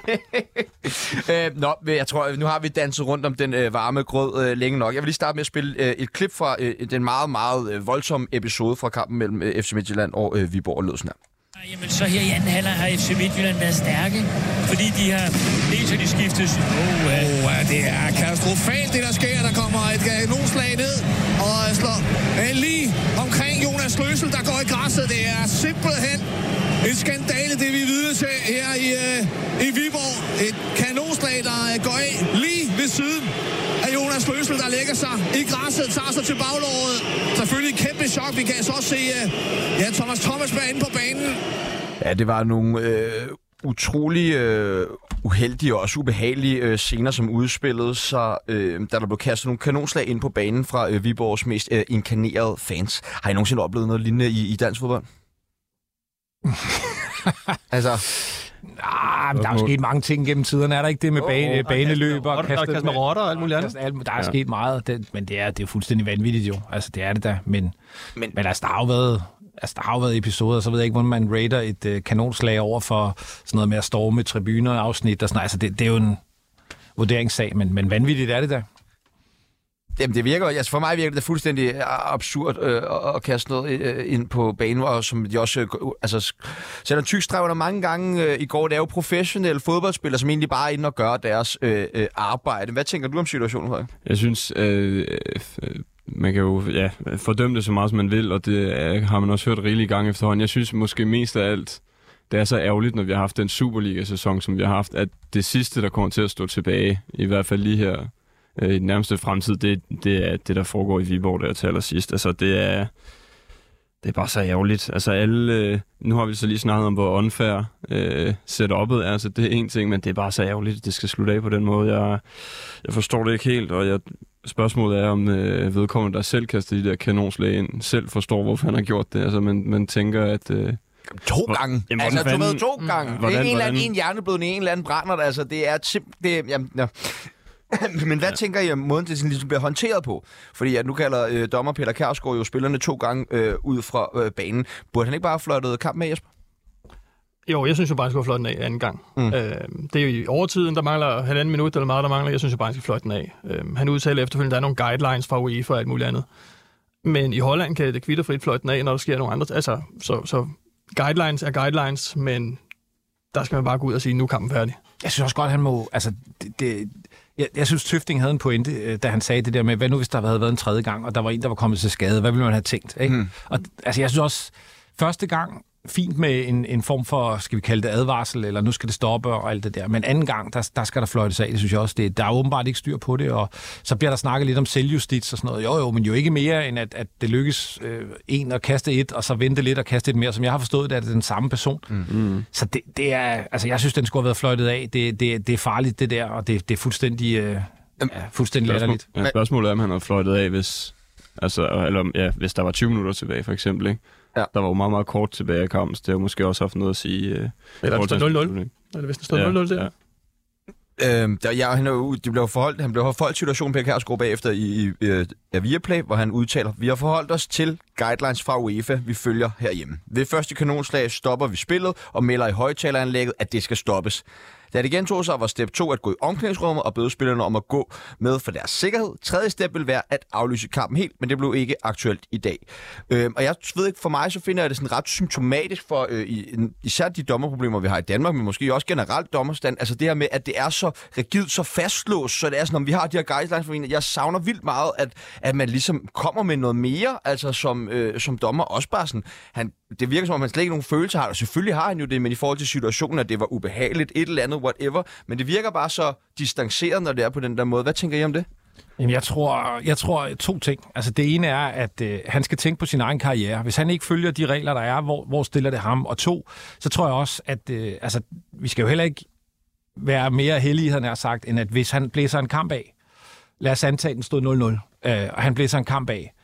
det. øh, nå, jeg tror, nu har vi danset rundt om den øh, varme grød øh, længe nok. Jeg vil lige starte med at spille øh, et klip fra øh, den meget, meget øh, voldsomme episode fra kampen mellem øh, F C Midtjylland og øh, Viborg og Lødsen her. Jamen, så her i anden halvleg har F C Midtjylland været stærke, fordi de har dels har de skiftet... Åh, oh, uh... oh, det er katastrofalt, det der sker. Der kommer et kanonslag ned og slår lige omkring Jonas Løssel, der går i græsset. Det er simpelthen en skandale, det vi er vidne til her i, uh, i Viborg. Et kanonslag, der går af lige ved siden af Jonas Løssel, der lægger sig i græsset, tager sig til baglåret. Selvfølgelig et kæmpe chok. Vi kan så også se uh, ja, Thomas Thomas inde på banen. Ja, det var nogle øh, utrolig øh, uheldige og også ubehagelige øh, scener, som udspillede sig, øh, da der blev kastet nogle kanonslag ind på banen fra øh, Viborgs mest øh, inkarnerede fans. Har I nogensinde oplevet noget lignende i, i dansk fodbold? altså... Ah, der er jo sket mange ting gennem tiderne. Er der ikke det med bane, oh, baneløb og kaste med rotter og alt muligt andet? Der er ja. sket meget, det, men det er, det er fuldstændig vanvittigt jo. Altså, det er det da. Men, men, men altså, der har jo været... Altså, der har jo været episoder, så ved jeg ikke, hvordan man rater et øh, kanonslag over for sådan noget med at storme tribuner afsnit og sådan noget. Altså, det, det er jo en vurderingssag, men, men vanvittigt er det da. Jamen, det virker, altså for mig virker det fuldstændig absurd øh, at kaste noget øh, ind på banen, og som de også øh, altså, sætter en tyk streg under mange gange øh, i går. Det er jo professionelle fodboldspillere, som egentlig bare er inde og gør deres øh, øh, arbejde. Hvad tænker du om situationen, Frederik? Jeg synes, øh, øh, man kan jo ja, fordømme det så meget, som man vil, og det øh, har man også hørt rigeligt i gang efterhånden. Jeg synes måske mest af alt, det er så ærgerligt, når vi har haft den Superliga-sæson, som vi har haft, at det sidste, der kommer til at stå tilbage, i hvert fald lige her, i den nærmeste fremtid, det, det er det, der foregår i Viborg, der til allersidst. Altså, det er, det er bare så ærgerligt. Altså, alle, øh, nu har vi så lige snakket om, hvor unfair øh, setup'et er. Altså, det er en ting, men det er bare så ærgerligt, at det skal slutte af på den måde. Jeg, jeg forstår det ikke helt, og jeg, spørgsmålet er, om øh, vedkommende, der selv kaster de der kanonslag ind, selv forstår, hvorfor han har gjort det. Altså, man, man tænker, at... Øh, To gange. Jamen, altså, du ved, to gange. Hvordan, det er en eller hvordan? anden en hjerneblødning, en eller anden brænder. Altså, det er simpelthen... Jamen, ja. Men hvad ja. tænker I om måden, det ligesom bliver håndteret på? Fordi at nu kalder øh, dommer Peter Kjærsgaard jo spillerne to gange øh, ud fra øh, banen. Burde han ikke bare have fløjtet kamp med, Jesper? Jo, jeg synes jo bare, han skulle have fløjtet den af anden gang. Mm. Øh, det er jo i overtiden, der mangler halvanden minut eller meget, der mangler. Jeg synes jo bare, han skal fløjte den af. Øh, han udtaler efterfølgende, der er nogle guidelines fra UEFA og alt muligt andet. Men i Holland kan det kvitterfrit fløjte den af, når der sker nogle andre... Altså, så, så guidelines er guidelines, men der skal man bare gå ud og sige, nu er kampen færdig. Jeg synes også godt, han må... Altså, det, det, jeg, jeg synes, Tøfting havde en pointe, da han sagde det der med, hvad nu hvis der havde været en tredje gang, og der var en, der var kommet til skade? Hvad ville man have tænkt? Ikke? Mm. Og altså, jeg synes også, første gang, fint med en, en form for, skal vi kalde det advarsel, eller nu skal det stoppe og alt det der. Men anden gang, der, der skal der fløjtes af, det synes jeg også. Det, der er åbenbart ikke styr på det, og så bliver der snakket lidt om selvjustits og sådan noget. Jo jo, men jo ikke mere, end at, at det lykkes øh, en at kaste et, og så vente lidt og kaste et mere. Som jeg har forstået det, er det den samme person. Mm. Så det, det er, altså jeg synes, den skulle have været fløjtet af. Det, det, det er farligt, det der, og det, det er fuldstændig, øh, ja, fuldstændig latterligt. Ja, spørgsmålet er, om han har fløjtet af, hvis, altså, eller, ja, hvis der var tyve minutter tilbage, for eksempel, ikke? Ja. Der var jo meget, meget kort tilbage i kampen, så det har måske også haft noget at sige. Øh, eller det stod nul nul. Eller hvis det stod nul nul der. Ja. Øhm, der, ja, han, er, de blev forholdt, han blev forholdt situationen, Peter Kjærsgaard, bagefter i, i uh, Viaplay, hvor han udtaler, vi har forholdt os til guidelines fra UEFA, vi følger herhjemme. Ved første kanonslag stopper vi spillet og melder i højtaleranlægget, at det skal stoppes. Da det gentog sig, var step to at gå i omklædningsrummet og bede spillerne om at gå med for deres sikkerhed. Tredje step vil være at aflyse kampen helt, men det blev ikke aktuelt i dag. Øhm, og jeg ved ikke, for mig så finder jeg det sådan ret symptomatisk for øh, især de dommerproblemer, vi har i Danmark, men måske også generelt dommerstand. Altså det her med, at det er så rigidt, så fastlåst, så det er sådan, om vi har de her guidelines for en, jeg savner vildt meget, at, at man ligesom kommer med noget mere, altså som, øh, som dommer også bare sådan, han, det virker som om, han slet ikke nogen følelse har, og selvfølgelig har han jo det, men i forhold til situationen, at det var ubehageligt, et eller andet, whatever, men det virker bare så distanceret, når det er på den der måde. Hvad tænker I om det? Jamen, jeg tror, jeg tror to ting. Altså, det ene er, at øh, han skal tænke på sin egen karriere. Hvis han ikke følger de regler, der er, hvor, hvor stiller det ham? Og to, så tror jeg også, at øh, altså, vi skal jo heller ikke være mere heldige, han har sagt, end at hvis han blæser en kamp af, lad os antage, den stod nul nul, øh, og han blæser en kamp af,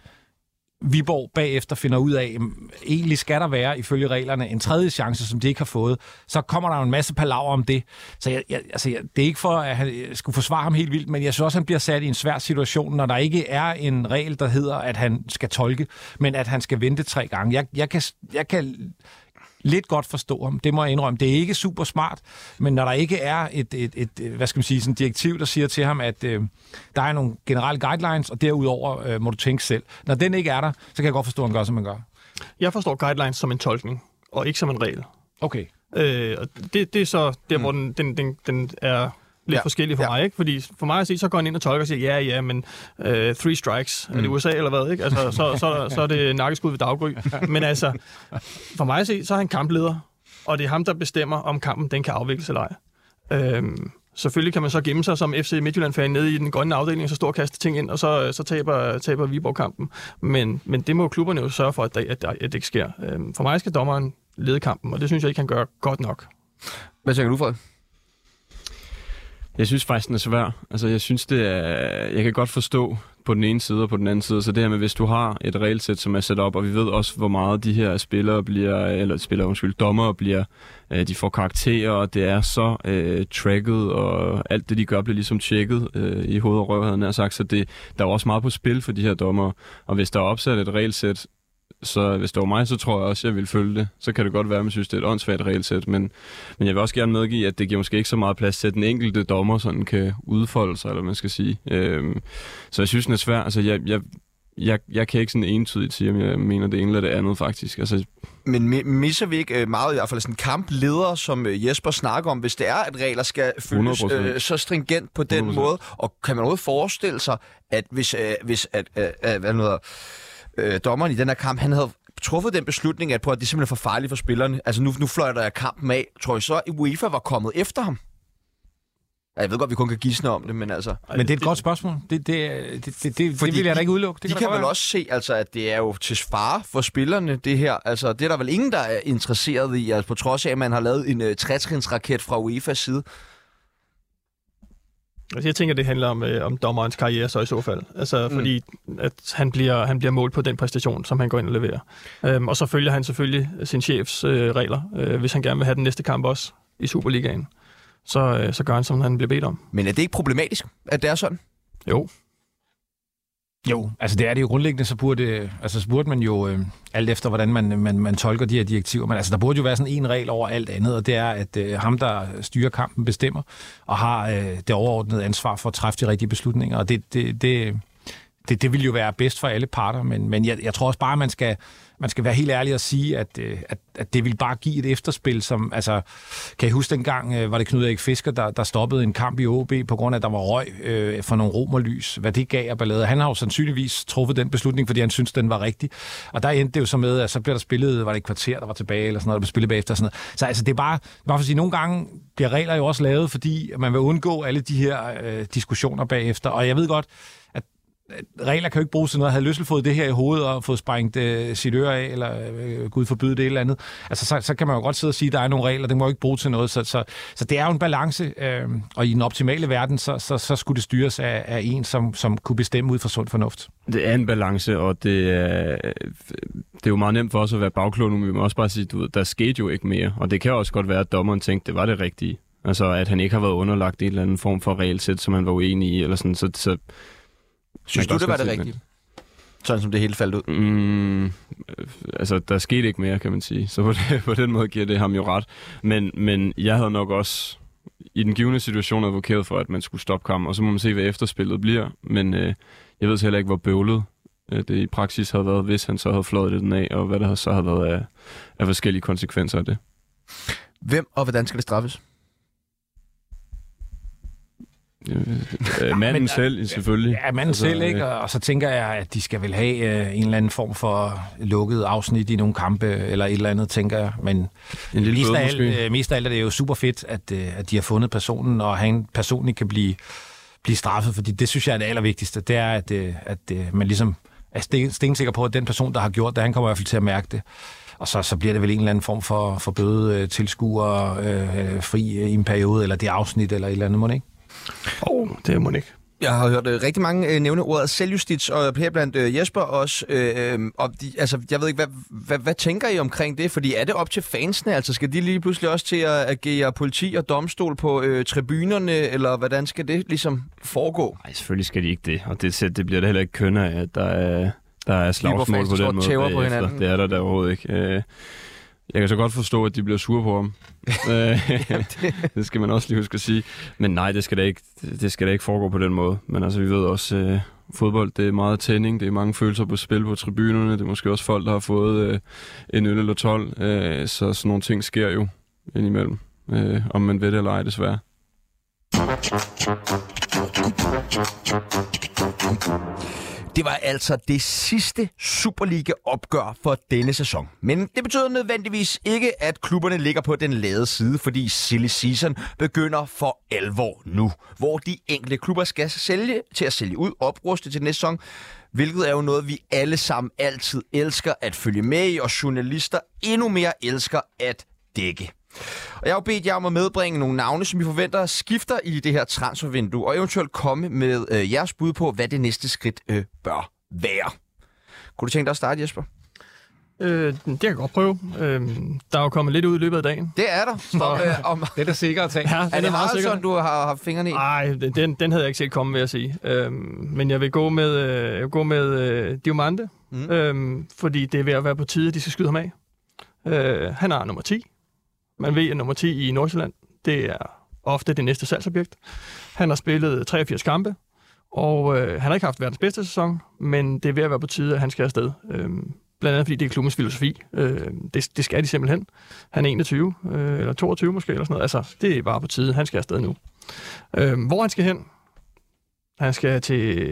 Viborg bagefter finder ud af, at egentlig skal der være, ifølge reglerne, en tredje chance, som de ikke har fået, så kommer der jo en masse palaver om det. Så jeg, jeg, altså, jeg, det er ikke for, at han skulle forsvare ham helt vildt, men jeg synes også, at han bliver sat i en svær situation, når der ikke er en regel, der hedder, at han skal tolke, men at han skal vente tre gange. Jeg, jeg, kan, jeg kan lidt godt forstå ham, det må jeg indrømme. Det er ikke super smart, men når der ikke er et, et, et hvad skal man sige, sådan et direktiv, der siger til ham, at øh, der er nogle generelle guidelines, og derudover øh, må du tænke selv. Når den ikke er der, så kan jeg godt forstå, at han gør, som man gør. Jeg forstår guidelines som en tolkning, og ikke som en regel. Okay. Øh, og det, det er så der, mm. hvor den, den, den, den er lidt ja. forskellig for ja. mig, ikke? Fordi for mig at sige, så går han ind og tolker og siger, ja, ja, men uh, three strikes, mm. er det U S A eller hvad, ikke? Altså, så, så, så er det nakkeskud ved daggry. Men altså, for mig at sige, så er han kampleder, og det er ham, der bestemmer, om kampen den kan afvikles eller ej. Øhm, selvfølgelig kan man så gemme sig som F C Midtjylland-fan nede i den grønne afdeling, og så står og kaster ting ind, og så, så taber, taber Viborg-kampen. Men, men det må klubberne jo sørge for, at, at, at det ikke sker. Øhm, for mig skal dommeren lede kampen, og det synes jeg ikke, han gør godt nok. Hvad tænker du, Frederik? Jeg synes faktisk, den er svær. Altså, jeg synes, det er... Jeg kan godt forstå på den ene side og på den anden side. Så det her med, hvis du har et regelsæt, som er sat op, og vi ved også, hvor meget de her spillere bliver, eller spillere, undskyld, dommere bliver, øh, de får karakterer, og det er så øh, tracket, og alt det, de gør, bliver ligesom tjekket øh, i hoved og røv, havde jeg sagt. Så det, der er også meget på spil for de her dommere. Og hvis der er opsat et regelsæt, så hvis det var mig, så tror jeg også, at jeg vil følge det. Så kan det godt være, at man synes, det er et åndssvagt regelsæt. Men, men jeg vil også gerne medgive, at det giver måske ikke så meget plads til, at den enkelte dommer sådan kan udfolde sig, eller hvad man skal sige. Øhm, så jeg synes, den er svær. Altså, jeg, jeg, jeg, jeg kan ikke sådan entydigt sige, om jeg mener det ene eller det andet, faktisk. Altså, men misser vi ikke meget, i hvert fald sådan kampledere, som Jesper snakker om, hvis det er, at regler skal følges øh, så stringent på den hundrede procent måde? Og kan man overhovedet forestille sig, at hvis, øh, hvis at, øh, hvad noget, øh, dommeren i den her kamp, han havde truffet den beslutning, at, på, at det er simpelthen for farligt for spillerne. Altså nu, nu fløjter jeg kampen af. Tror I så, at UEFA var kommet efter ham? Jeg ved godt, vi kun kan gisne om det, men altså... Men det er et det, godt spørgsmål. Det, det, det, det, det, det vil jeg da ikke udelukke. Det de kan, kan vel også se, altså, at det er jo til fare for spillerne, det her. Altså, det er der vel ingen, der er interesseret i, altså, på trods af, at man har lavet en uh, tretrinsraket fra UEFA's side. Altså, jeg tænker, det handler om, øh, om dommerens karriere så i så fald. Altså, mm. fordi at han, bliver, han bliver målt på den præstation, som han går ind og leverer. Øhm, og så følger han selvfølgelig sin chefs øh, regler, øh, hvis han gerne vil have den næste kamp også i Superligaen. Så, øh, så gør han, som han bliver bedt om. Men er det ikke problematisk, at det er sådan? Jo. Jo, altså det er det jo grundlæggende, så burde, altså, så burde man jo, øh, alt efter hvordan man, man, man tolker de her direktiver, men altså der burde jo være sådan en regel over alt andet, og det er, at øh, ham, der styrer kampen, bestemmer, og har øh, det overordnede ansvar for at træffe de rigtige beslutninger, og det, det, det, det, det vil jo være bedst for alle parter, men, men jeg, jeg tror også bare, at man skal, man skal være helt ærlig og sige, at, at, at det vil bare give et efterspil, som, altså, kan I huske dengang, var det Knud Erik Fisker, der, der stoppede en kamp i O B, på grund af, at der var røg øh, for nogle romerlys, hvad det gav af ballade. Han har jo sandsynligvis truffet den beslutning, fordi han synes den var rigtig. Og der endte det jo så med, at så bliver der spillet, var det et kvarter, der var tilbage, eller sådan noget, der blev spillet bagefter. Sådan noget. Så altså, det er bare, bare for at sige, nogle gange bliver regler jo også lavet, fordi man vil undgå alle de her øh, diskussioner bagefter. Og jeg ved godt, regler kan jo ikke bruges til noget. Havde Løssel fået det her i hovedet og fået sprængt øh, sit øre af, eller øh, Gud forbyde det eller andet, altså så, så kan man jo godt sidde og sige, at der er nogle regler, det må jo ikke bruge til noget. Så, så, så det er jo en balance, øh, og i den optimale verden, så, så, så skulle det styres af, af en, som, som kunne bestemme ud fra sund fornuft. Det er en balance, og det er, det er jo meget nemt for os at være bagklog nu, men vi må også bare sige, du ved, der skete jo ikke mere, og det kan også godt være, at dommeren tænkte, det var det rigtige. Altså, at han ikke har været underlagt en eller anden form for regelsæt, som han var uenig i, eller sådan, så... så synes du, det var det rigtige? Sådan som det hele faldt ud? Mm, altså, der skete ikke mere, kan man sige. Så på, det, på den måde giver det ham jo ret. Men, men jeg havde nok også i den givende situation advokeret for, at man skulle stoppe kampen, og så må man se, hvad efterspillet bliver. Men øh, jeg ved heller ikke, hvor bøvlet øh, det i praksis havde været, hvis han så havde fløjet den af, og hvad der så havde været af, af forskellige konsekvenser af det. Hvem og hvordan skal det straffes? Øh, manden men, selv, selvfølgelig. Ja, manden altså, selv, ikke? Og, og så tænker jeg, at de skal vel have øh, en eller anden form for lukket afsnit i nogle kampe, eller et eller andet, tænker jeg. Men mest af, alt, øh, mest af alt er det jo super fedt, at, øh, at de har fundet personen, og han personligt kan blive, blive straffet, fordi det synes jeg er det allervigtigste. Det er, at, øh, at øh, man ligesom er sten, stensikker på, at den person, der har gjort det, han kommer i hvert fald til at mærke det. Og så, så bliver det vel en eller anden form for, for bøde øh, tilskuer øh, fri i en periode, eller det afsnit, eller et eller andet, må det ikke? Åh, oh, det er må ikke. Jeg har hørt øh, rigtig mange øh, nævne ordet selvjustits, og her blandt øh, Jesper også. Øh, og de, altså, jeg ved ikke, hvad, hvad, hvad tænker I omkring det? Fordi er det op til fansene? Altså, skal de lige pludselig også til at agere politi og domstol på øh, tribunerne, eller hvordan skal det ligesom foregå? Nej, selvfølgelig skal de ikke det, og det, det bliver da heller ikke kønner, at der er, der er slagsmål på den måde. På hinanden. Det er der da overhovedet ikke. Øh, Jeg kan så godt forstå, at de bliver sure på ham. Det skal man også lige huske at sige. Men nej, det skal da ikke, det skal da ikke foregå på den måde. Men altså, vi ved også, øh, fodbold, det er meget tænding. Det er mange følelser på spil på tribunerne. Det er måske også folk, der har fået øh, en øl eller tolv. Øh, så sådan nogle ting sker jo indimellem. Øh, om man ved det eller ej, desværre. Det var altså det sidste Superliga-opgør for denne sæson. Men det betyder nødvendigvis ikke, at klubberne ligger på den lade side, fordi silly season begynder for alvor nu, hvor de enkelte klubber skal sælge til at sælge ud, opruste til næste sæson, hvilket er jo noget, vi alle sammen altid elsker at følge med i, og journalister endnu mere elsker at dække. Og jeg har jo bedt jer om at medbringe nogle navne, som I forventer skifter i det her transfervindue, og eventuelt komme med øh, jeres bud på, hvad det næste skridt øh, bør være. Kunne du tænke dig at starte, Jesper? Øh, det kan jeg godt prøve. Øh, der er jo kommet lidt ud i løbet af dagen. Det er der. Så, øh, om... Det er da sikkert at tage. Ja, er det meget sådan, du har haft fingrene i? Nej, den, den havde jeg ikke set komme, vil jeg sige. Øh, men jeg vil gå med, øh, jeg vil gå med øh, Diomande, mm. øh, fordi det er ved at være på tide, at de skal skyde ham af. Øh, han er nummer ti. Man ved, at nummer ti i Nordsjælland, det er ofte det næste salgsobjekt. Han har spillet treogfirs kampe, og øh, han har ikke haft verdens bedste sæson, men det er ved at være på tide, at han skal afsted. Øh, Blandt andet fordi det er klubbens filosofi. Øh, det, det skal de simpelthen. Han er enogtyve, øh, eller toogtyve måske, eller sådan noget. Altså, det er bare på tide. Han skal afsted nu. Øh, hvor han skal hen? Han skal til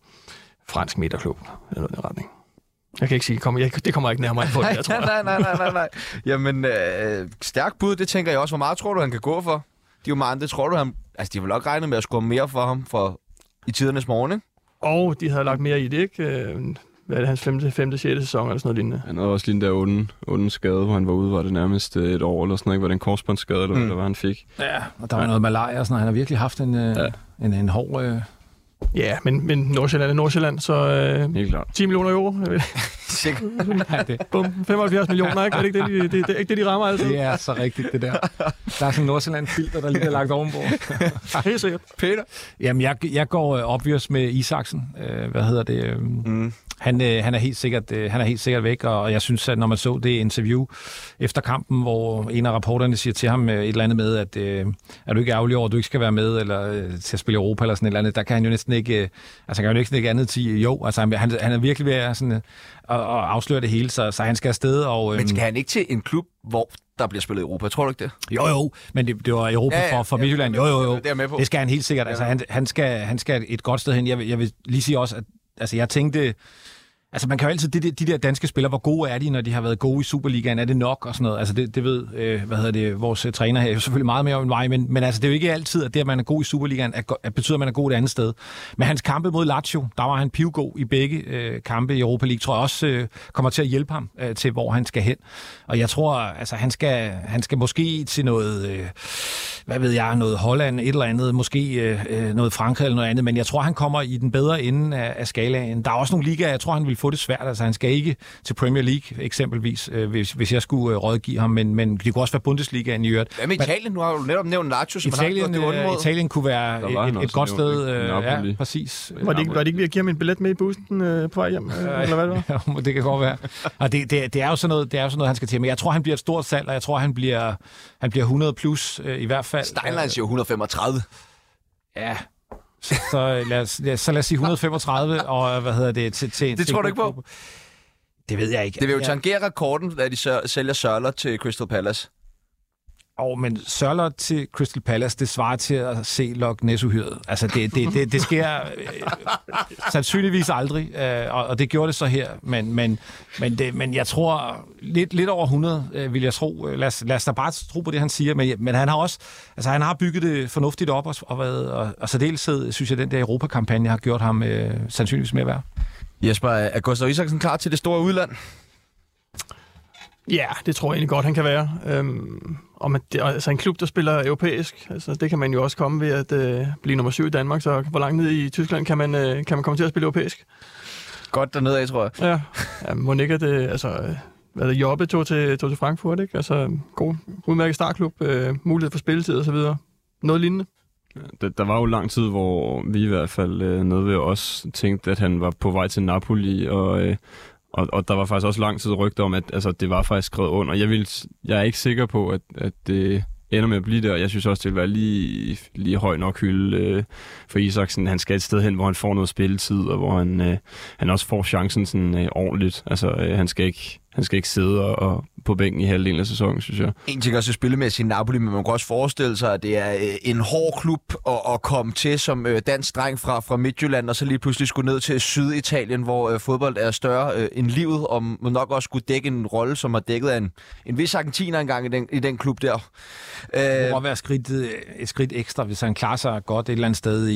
fransk midterklub, eller noget i den retning. Jeg kan ikke sige, kom, jeg, det kommer ikke nærmere på det, jeg tror. nej, nej, nej, nej, nej. Jamen, øh, stærk bud, det tænker jeg også. Hvor meget tror du, han kan gå for? Diomande, tror du, han... Altså, de vil nok regne med at score mere for ham for i tidernes morgen, ikke? Og de havde lagt mere i det, ikke? Øh, Hvad er det, hans femte, femte, sjette sæson, eller sådan noget lignende? Han havde også lige den der onde, onde skade, hvor han var ude, var det nærmest et år, eller sådan noget, var det en korsbåndsskade, eller mm. hvad han fik. Ja, og der var ja. noget malaria og sådan noget. Han har virkelig haft en, ja. en, en hård... Øh... Ja, men, men Nordsjælland er Nordsjælland, så øh, helt klart. ti millioner euro. Sikkert. Ja, det. Bum, femoghalvfjerds millioner, ikke? Er det ikke det, de, det, det, er ikke det, de rammer altid? Det er så rigtigt, det der. Der er sådan en Nordsjælland-filter, der lige er lagt ovenpå. Helt sikkert. Peter? Jamen, jeg, jeg går uh, obvious med Isaksen. Uh, hvad hedder det? Mm. Han, uh, han, er helt sikkert, uh, han er helt sikkert væk, og jeg synes, at når man så det interview efter kampen, hvor en af rapporterne siger til ham uh, et eller andet med, at uh, er du ikke ærgerlig over, at du ikke skal være med, eller uh, til at spille Europa, eller sådan et eller andet, der kan han jo næsten ikke, uh, altså han kan jo næsten ikke andet til jo. Altså, han, han er virkelig ved at, sådan, uh, at, at afsløre det hele, så, så han skal afsted. Og, um, Men skal han ikke til en klub, hvor der bliver spillet i Europa? Tror du ikke det? Jo, jo, men det, det var Europa ja, ja, for, for Midtjylland. Jo, jo, jo. Det, det skal han helt sikkert. Altså, han, han, skal, han skal et godt sted hen. Jeg vil, jeg vil lige sige også, at altså, jeg tænkte... Altså, man kan jo altid... De, de der danske spillere, hvor gode er de, når de har været gode i Superligaen? Er det nok? Og sådan noget. Altså, det, det ved, øh, hvad hedder det, vores øh, træner her. Er jo selvfølgelig meget mere om en vej, men, men altså, det er jo ikke altid, at det, at man er god i Superligaen, at, at betyder, at man er god et andet sted. Men hans kampe mod Lazio, der var han pivgod i begge øh, kampe i Europa League, tror jeg også øh, kommer til at hjælpe ham øh, til, hvor han skal hen. Og jeg tror, altså, han skal, han skal måske til noget... Øh, hvad ved jeg, noget Holland, et eller andet, måske øh, noget Frankrig eller noget andet, men jeg tror, han kommer i den bedre ende af, af skalaen. Der er også nogle ligaer, jeg tror, han vil få det svært. Altså, han skal ikke til Premier League, eksempelvis, øh, hvis, hvis jeg skulle øh, rådgive ham, men, men det kunne også være Bundesligaen i øvrigt. Hvad med Italien? Nu har du netop nævnt Lazio, som Italien, han har gjort det øh, Italien kunne være et, et, et godt sted. Øh, ja, præcis. Var det, ikke, var det ikke ved at give ham en billet med i bussen øh, på vej hjem? Øh, eller hvad det var? Ja, det kan godt være. Og det, det, det, er jo sådan noget, det er jo sådan noget, han skal til. Men jeg tror, han bliver et stort salg, og jeg tror, han bliver, han bliver hundrede plus øh, i hvert fald. Steinlein siger et hundrede og femogtredive. Ja, så lad os, så lad os sige et hundrede og femogtredive, og hvad hedder det? Til, til, det tror du ikke på? Det ved jeg ikke. Det vil jo tangere rekorden, da de sælger Sørloth til Crystal Palace. Og oh, men Sørloth til Crystal Palace, det svarer til at se Loch Ness-uhyret. Altså, det, det, det, det sker øh, sandsynligvis aldrig, øh, og, og det gjorde det så her. Men, men, men, det, men jeg tror, lidt, lidt over hundrede, øh, vil jeg tro. Lad os, lad os da bare tro på det, han siger. Men, men han har også, altså han har bygget det fornuftigt op, og, og, og, og så deltid, synes jeg, den der Europa-kampagne har gjort ham øh, sandsynligvis mere værd. Jesper, er Gustav Isaksen klar til det store udland? Ja, det tror jeg egentlig godt, han kan være. Øhm, og man, det, altså en klub, der spiller europæisk, altså det kan man jo også komme ved at øh, blive nummer syv i Danmark, så hvor langt ned i Tyskland kan man, øh, kan man komme til at spille europæisk? Godt dernede af, tror jeg. Ja, ja må ikke at det, altså, hvad det, Jobbe tog til, tog til Frankfurt, ikke? Altså, god, udmærket startklub, øh, mulighed for spilletid og så videre. Noget lignende. Der, der var jo lang tid, hvor vi i hvert fald øh, nede ved os tænkte, at han var på vej til Napoli, og... Øh, Og, og der var faktisk også lang tid rygter om, at altså, det var faktisk skrevet under. Jeg, vil, jeg er ikke sikker på, at, at det ender med at blive der. Jeg synes også, det vil være lige, lige høj nok hylde øh, for Isaksen. Han skal et sted hen, hvor han får noget spilletid, og hvor han, øh, han også får chancen sådan, øh, ordentligt. Altså, øh, han, skal ikke, han skal ikke sidde og, og på bænken i halvdelen af sæsonen, synes jeg. En ting også at spille med sin Napoli, men man kan også forestille sig, at det er øh, en hård klub at, at komme til som øh, dansk dreng fra, fra Midtjylland, og så lige pludselig skulle ned til Syditalien, hvor øh, fodbold er større øh, end livet, og man nok også skulle dække en rolle, som har dækket af en, en vis argentiner engang i den, i den klub der. Det må være skridt, et skridt ekstra, hvis han klarer sig godt et eller andet sted i,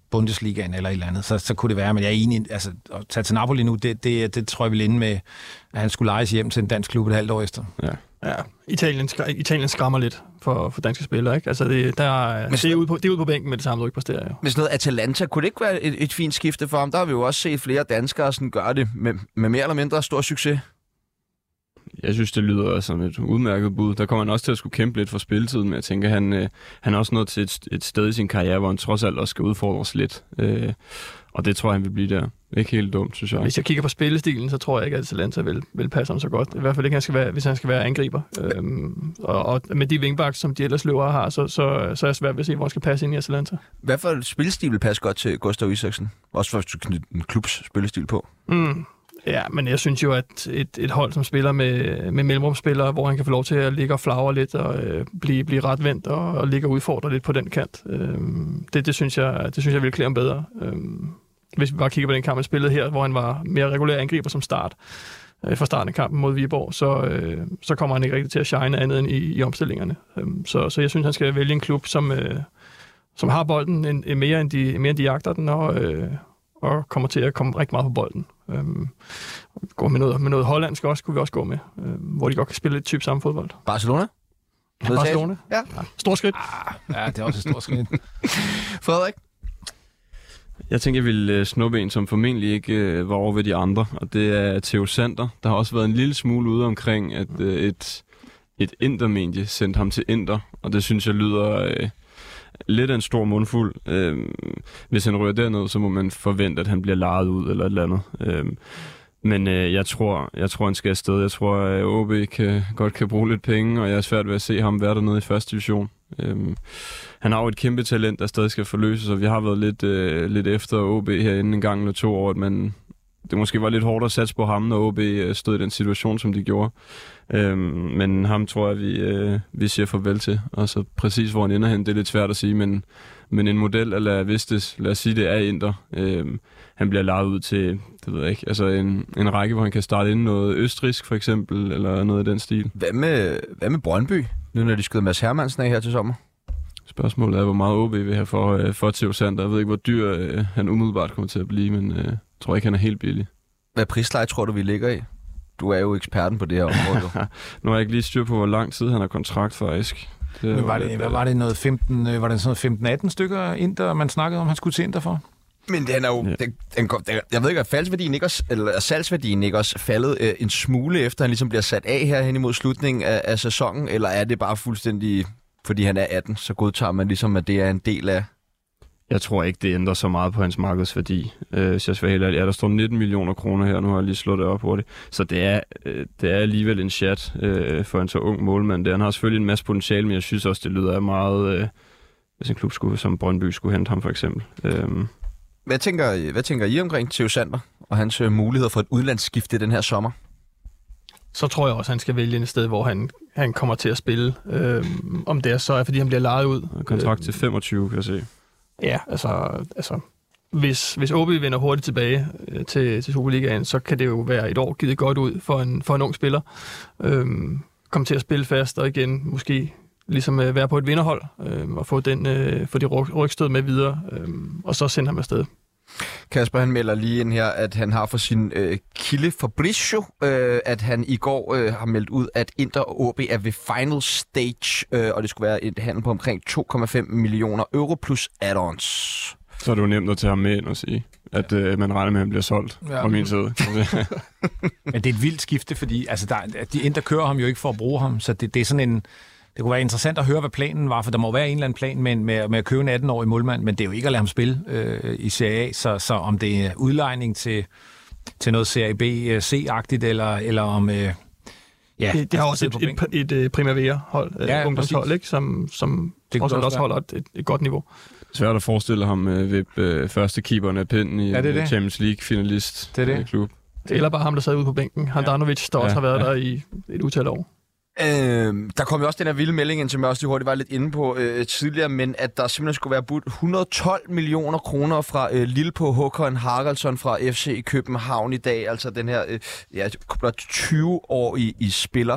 Bundesligaen eller et eller andet, så, så kunne det være, men jeg er enig, altså at tage til Napoli nu, det, det, det tror jeg vil ende med, at han skulle lejes hjem til en dansk klub et halvt år efter. Ja. Ja, Italien, Italien skræmmer lidt for, for danske spillere, ikke? Altså, det, der, det, er ude på, det er ude på bænken med det samme, du ikke præsterer, jo. Hvis noget Atalanta, kunne det ikke være et, et fint skifte for ham? Der har vi jo også set flere danskere sådan gøre det med, med mere eller mindre stor succes. Jeg synes, det lyder som et udmærket bud. Der kommer han også til at skulle kæmpe lidt for spilletiden, men jeg tænker, han, øh, han er også nået til et, et sted i sin karriere, hvor han trods alt også skal udfordres lidt. Øh, og det tror jeg, han vil blive der. Ikke helt dumt, synes jeg. Hvis jeg kigger på spillestilen, så tror jeg ikke, at Atalanta vil, vil passe ham så godt. I hvert fald ikke, han skal være, hvis han skal være angriber. Øhm, og, og med de wingbacks, som de ellers løbere har, så, så, så er jeg svært ved at se, hvor han skal passe ind i Atalanta. Hvad for et spillestil vil passe godt til Gustav Isaksen? Også for at knytte en klubs spillestil på. Mm. Ja, men jeg synes jo, at et, et hold, som spiller med, med mellemrumspillere, hvor han kan få lov til at ligge og flagre lidt og øh, blive, blive retvendt og, og ligge og udfordre lidt på den kant. Øh, det, det, synes jeg, det synes jeg vil klæde ham bedre. Øh, hvis vi bare kigger på den kamp, han spillede her, hvor han var mere regulær angriber som start, øh, fra starten af kampen mod Viborg, så, øh, så kommer han ikke rigtig til at shine andet end i, i omstillingerne. Øh, så, så jeg synes, han skal vælge en klub, som, øh, som har bolden en, en mere, end de, mere end de jagter den, og, øh, og kommer til at komme rigtig meget på bolden. Øhm, gå med noget, med noget hollandsk også, kunne vi også gå med, øhm, hvor de godt kan spille lidt type samme fodbold. Barcelona? Barcelona? Ja. ja. Stort skridt. Ah, ja, det er også et stort skridt. Frederik? Jeg tænker, jeg vil snuppe en, som formentlig ikke øh, var over ved de andre, og det er Theo Sander. Der har også været en lille smule ude omkring, at øh, et, et Inter-medie sendte ham til Inter, og det synes jeg lyder øh, lidt af en stor mundfuld. Øh, hvis han rører derned, så må man forvente, at han bliver lejet ud eller et eller andet. Øh, men øh, jeg tror, jeg tror, han skal afsted. Jeg tror, at O B kan, godt kan bruge lidt penge, og jeg er svært ved at se ham være dernede i første division. Øhm, han har jo et kæmpe talent, der stadig skal forløses, og vi har været lidt, øh, lidt efter O B herinde en gang eller to år, at man, det måske var lidt hårdt at satse på ham, når O B øh, stod i den situation, som de gjorde. Øhm, men ham tror jeg, vi, øh, vi siger farvel til. Og så præcis hvor han ender hen, det er lidt svært at sige, men, men en model, eller hvis det, lad os sige, det er Inter. Øhm, han bliver lejet ud til, det ved jeg ikke, altså en, en række, hvor han kan starte ind noget østrigsk for eksempel, eller noget af den stil. Hvad med, hvad med Brøndby, nu når de skyder Mads Hermansen af her til sommer? Spørgsmålet er, hvor meget O B vil have for, øh, for Theo Sander. Jeg ved ikke, hvor dyr øh, han umiddelbart kommer til at blive, men jeg øh, tror ikke, han er helt billig. Hvad prisleje tror du, vi ligger i? Du er jo eksperten på det her område. Nu har jeg ikke lige styr på, hvor lang tid han har kontrakt faktisk. Det var, var det, hvad var det noget femten, var det sådan noget femten atten stykker Inter, man snakkede om, han skulle til Inter for? Men den er jo, ja. den, den, den, jeg ved ikke, at faldsværdien ikke også, eller salgsværdien ikke også faldet øh, en smule, efter han ligesom bliver sat af her hen imod slutningen af, af sæsonen, eller er det bare fuldstændig, fordi han er atten, så godtager man ligesom, at det er en del af... Jeg tror ikke, det ændrer så meget på hans markedsværdi. Øh, hvis jeg skal være helt ærlig. Ja, der står nitten millioner kroner her, nu har jeg lige slået det op hurtigt. Så det er, øh, det er alligevel en chat øh, for en så ung målmand. Det, han har selvfølgelig en masse potentiale, men jeg synes også, det lyder af meget, øh, hvis en klub skulle, som Brøndby skulle hente ham for eksempel. Øh, Hvad tænker, hvad tænker I omkring Theo Sander og hans øh, muligheder for et udlandsskifte den her sommer? Så tror jeg også, at han skal vælge et sted, hvor han, han kommer til at spille. Øhm, om det er så er, fordi han bliver lejet ud. Kontrakt til femogtyve, kan jeg se. Ja, altså, altså hvis, hvis O B vender hurtigt tilbage øh, til, til Superligaen, så kan det jo være et år givet godt ud for en, for en ung spiller. Øhm, komme til at spille fast, og igen måske ligesom øh, være på et vinderhold, øh, og få, den, øh, få de ryg, rygstød med videre, øh, og så sende ham afsted. Kasper, han melder lige ind her, at han har for sin øh, kilde Fabrizio, øh, at han i går øh, har meldt ud, at Inter og O B er ved final stage, øh, og det skulle være et handel på omkring to komma fem millioner euro plus add-ons. Så er det jo nemt at tage ham med ind og sige, at øh, man regner med, at han bliver solgt ja. fra min side. Men det er et vildt skifte, fordi altså, der, de Inter kører ham jo ikke for at bruge ham, så det, det er sådan en... Det kunne være interessant at høre, hvad planen var, for der må være en eller anden plan med, med, med at købe en atten-årig målmand, men det er jo ikke at lade ham spille øh, i Serie A, så, så om det er udlejning til, til noget Serie B C-agtigt, eller, eller om... Øh, ja, det, det har også et, et, et, et Primavera-hold, ja, et ungdomshold, ikke, som, som det også, også holder et, et godt niveau. Svært at forestille ham øh, ved øh, første keeperen af pinden i ja, det det. Champions League-finalist det det. klub. Eller bare ham, der sad ude på bænken. Handanovic, der ja, også har været ja. der i et utal år. Øh, der kom jo også den her vilde melding ind, som jeg også lige hurtigt var lidt inde på øh, tidligere, men at der simpelthen skulle være budt et hundrede og tolv millioner kroner fra øh, Lille på Håkon Haraldsson fra F C København i dag. Altså den her øh, ja, tyve år i, i spiller.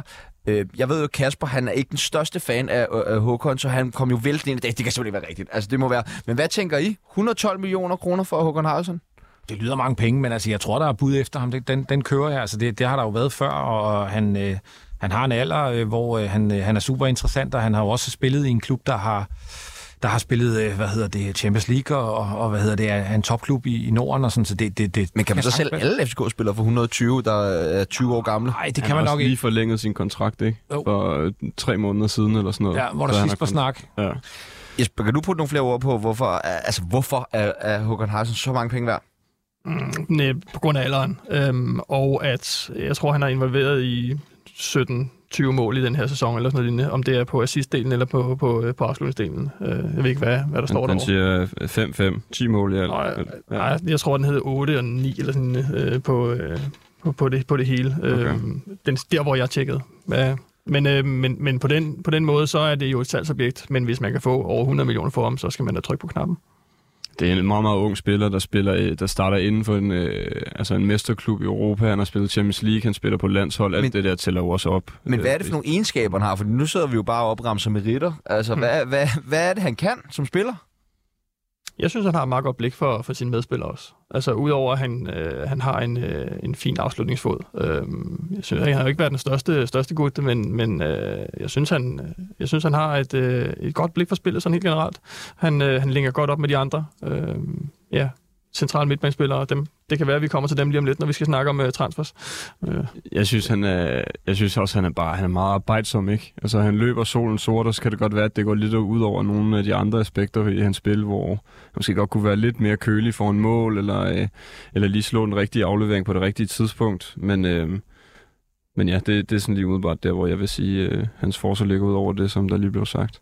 Øh, jeg ved jo, Kasper, han er ikke den største fan af, af Håkon, så han kom jo væltende ind i dag. Det kan simpelthen ikke være rigtigt. Altså, det må være. Men hvad tænker I? et hundrede og tolv millioner kroner for Håkon Haraldsson? Det lyder mange penge, men altså, jeg tror, der er bud efter ham. Den, den kører jeg. Altså, det, det har der jo været før, og han, øh, han har en alder, øh, hvor øh, han, øh, han er super interessant, og han har jo også spillet i en klub, der har, der har spillet, øh, hvad hedder det, Champions League, og, og hvad hedder det, er en topklub i, i Norden, og sådan, så det... det, det men kan man så selv alle F C K-spillere for et hundrede og tyve, der er tyve år gamle? Nej, det kan han man nok ikke. Han har lige forlænget sin kontrakt, ikke? Jo. For øh, tre måneder siden, eller sådan noget. Ja, hvor der sidst var snak. Ja. Jesper, kan du putte nogle flere ord på, hvorfor, altså, hvorfor er, er Håkon Haraldsson så mange penge værd? Mm, nej, på grund af alderen. Øhm, og at jeg tror, han er involveret i sytten tyve mål i den her sæson, eller sådan noget lignende. Om det er på assistdelen eller på, på, på afslutningsdelen. Øh, jeg ved ikke, hvad, hvad der står den derovre. Den siger fem fem, ti mål i alt. Nej, ja. nej, jeg tror, den hedder otte og ni eller sådan øh, på, øh, på, på, det, på det hele. Okay. Øh, den, der, hvor jeg tjekkede. Ja. Men, øh, men, men på, den, på den måde, så er det jo et salgsobjekt. Men hvis man kan få over hundrede millioner for ham, så skal man da trykke på knappen. Det er en meget, meget ung spiller, der spiller, der starter inden for en, øh, altså en mesterklub i Europa. Han har spillet Champions League, han spiller på landshold. Alt men, det der tæller jo også op. Men hvad er det for nogle egenskaber, han har? For nu sidder vi jo bare og opramser meritter. Altså, hmm. hvad, hvad, hvad er det, han kan som spiller? Jeg synes, han har et meget godt blik for, for sine medspillere også. Altså, udover at han, øh, han har en, øh, en fin afslutningsfod. Øh, jeg synes, han har jo ikke været den største, største gutte, men, men øh, jeg, synes, han, jeg synes, han har et, øh, et godt blik for spillet sådan helt generelt. Han, øh, han linker godt op med de andre. Øh, ja, centrale midtbanespillere. Dem, det kan være, at vi kommer til dem lige om lidt, når vi skal snakke om uh, transfers. Uh. Jeg synes, han er, jeg synes også, han er bare han er meget arbejdsom, ikke? Altså, han løber solen sort, og så kan det godt være, at det går lidt ud over nogle af de andre aspekter i hans spil, hvor han måske godt kunne være lidt mere kølig for en mål, eller, øh, eller lige slå den rigtige aflevering på det rigtige tidspunkt. Men, øh, men ja, det, det er sådan lige udebart der, hvor jeg vil sige, øh, hans forsvar ligger ud over det, som der lige blev sagt.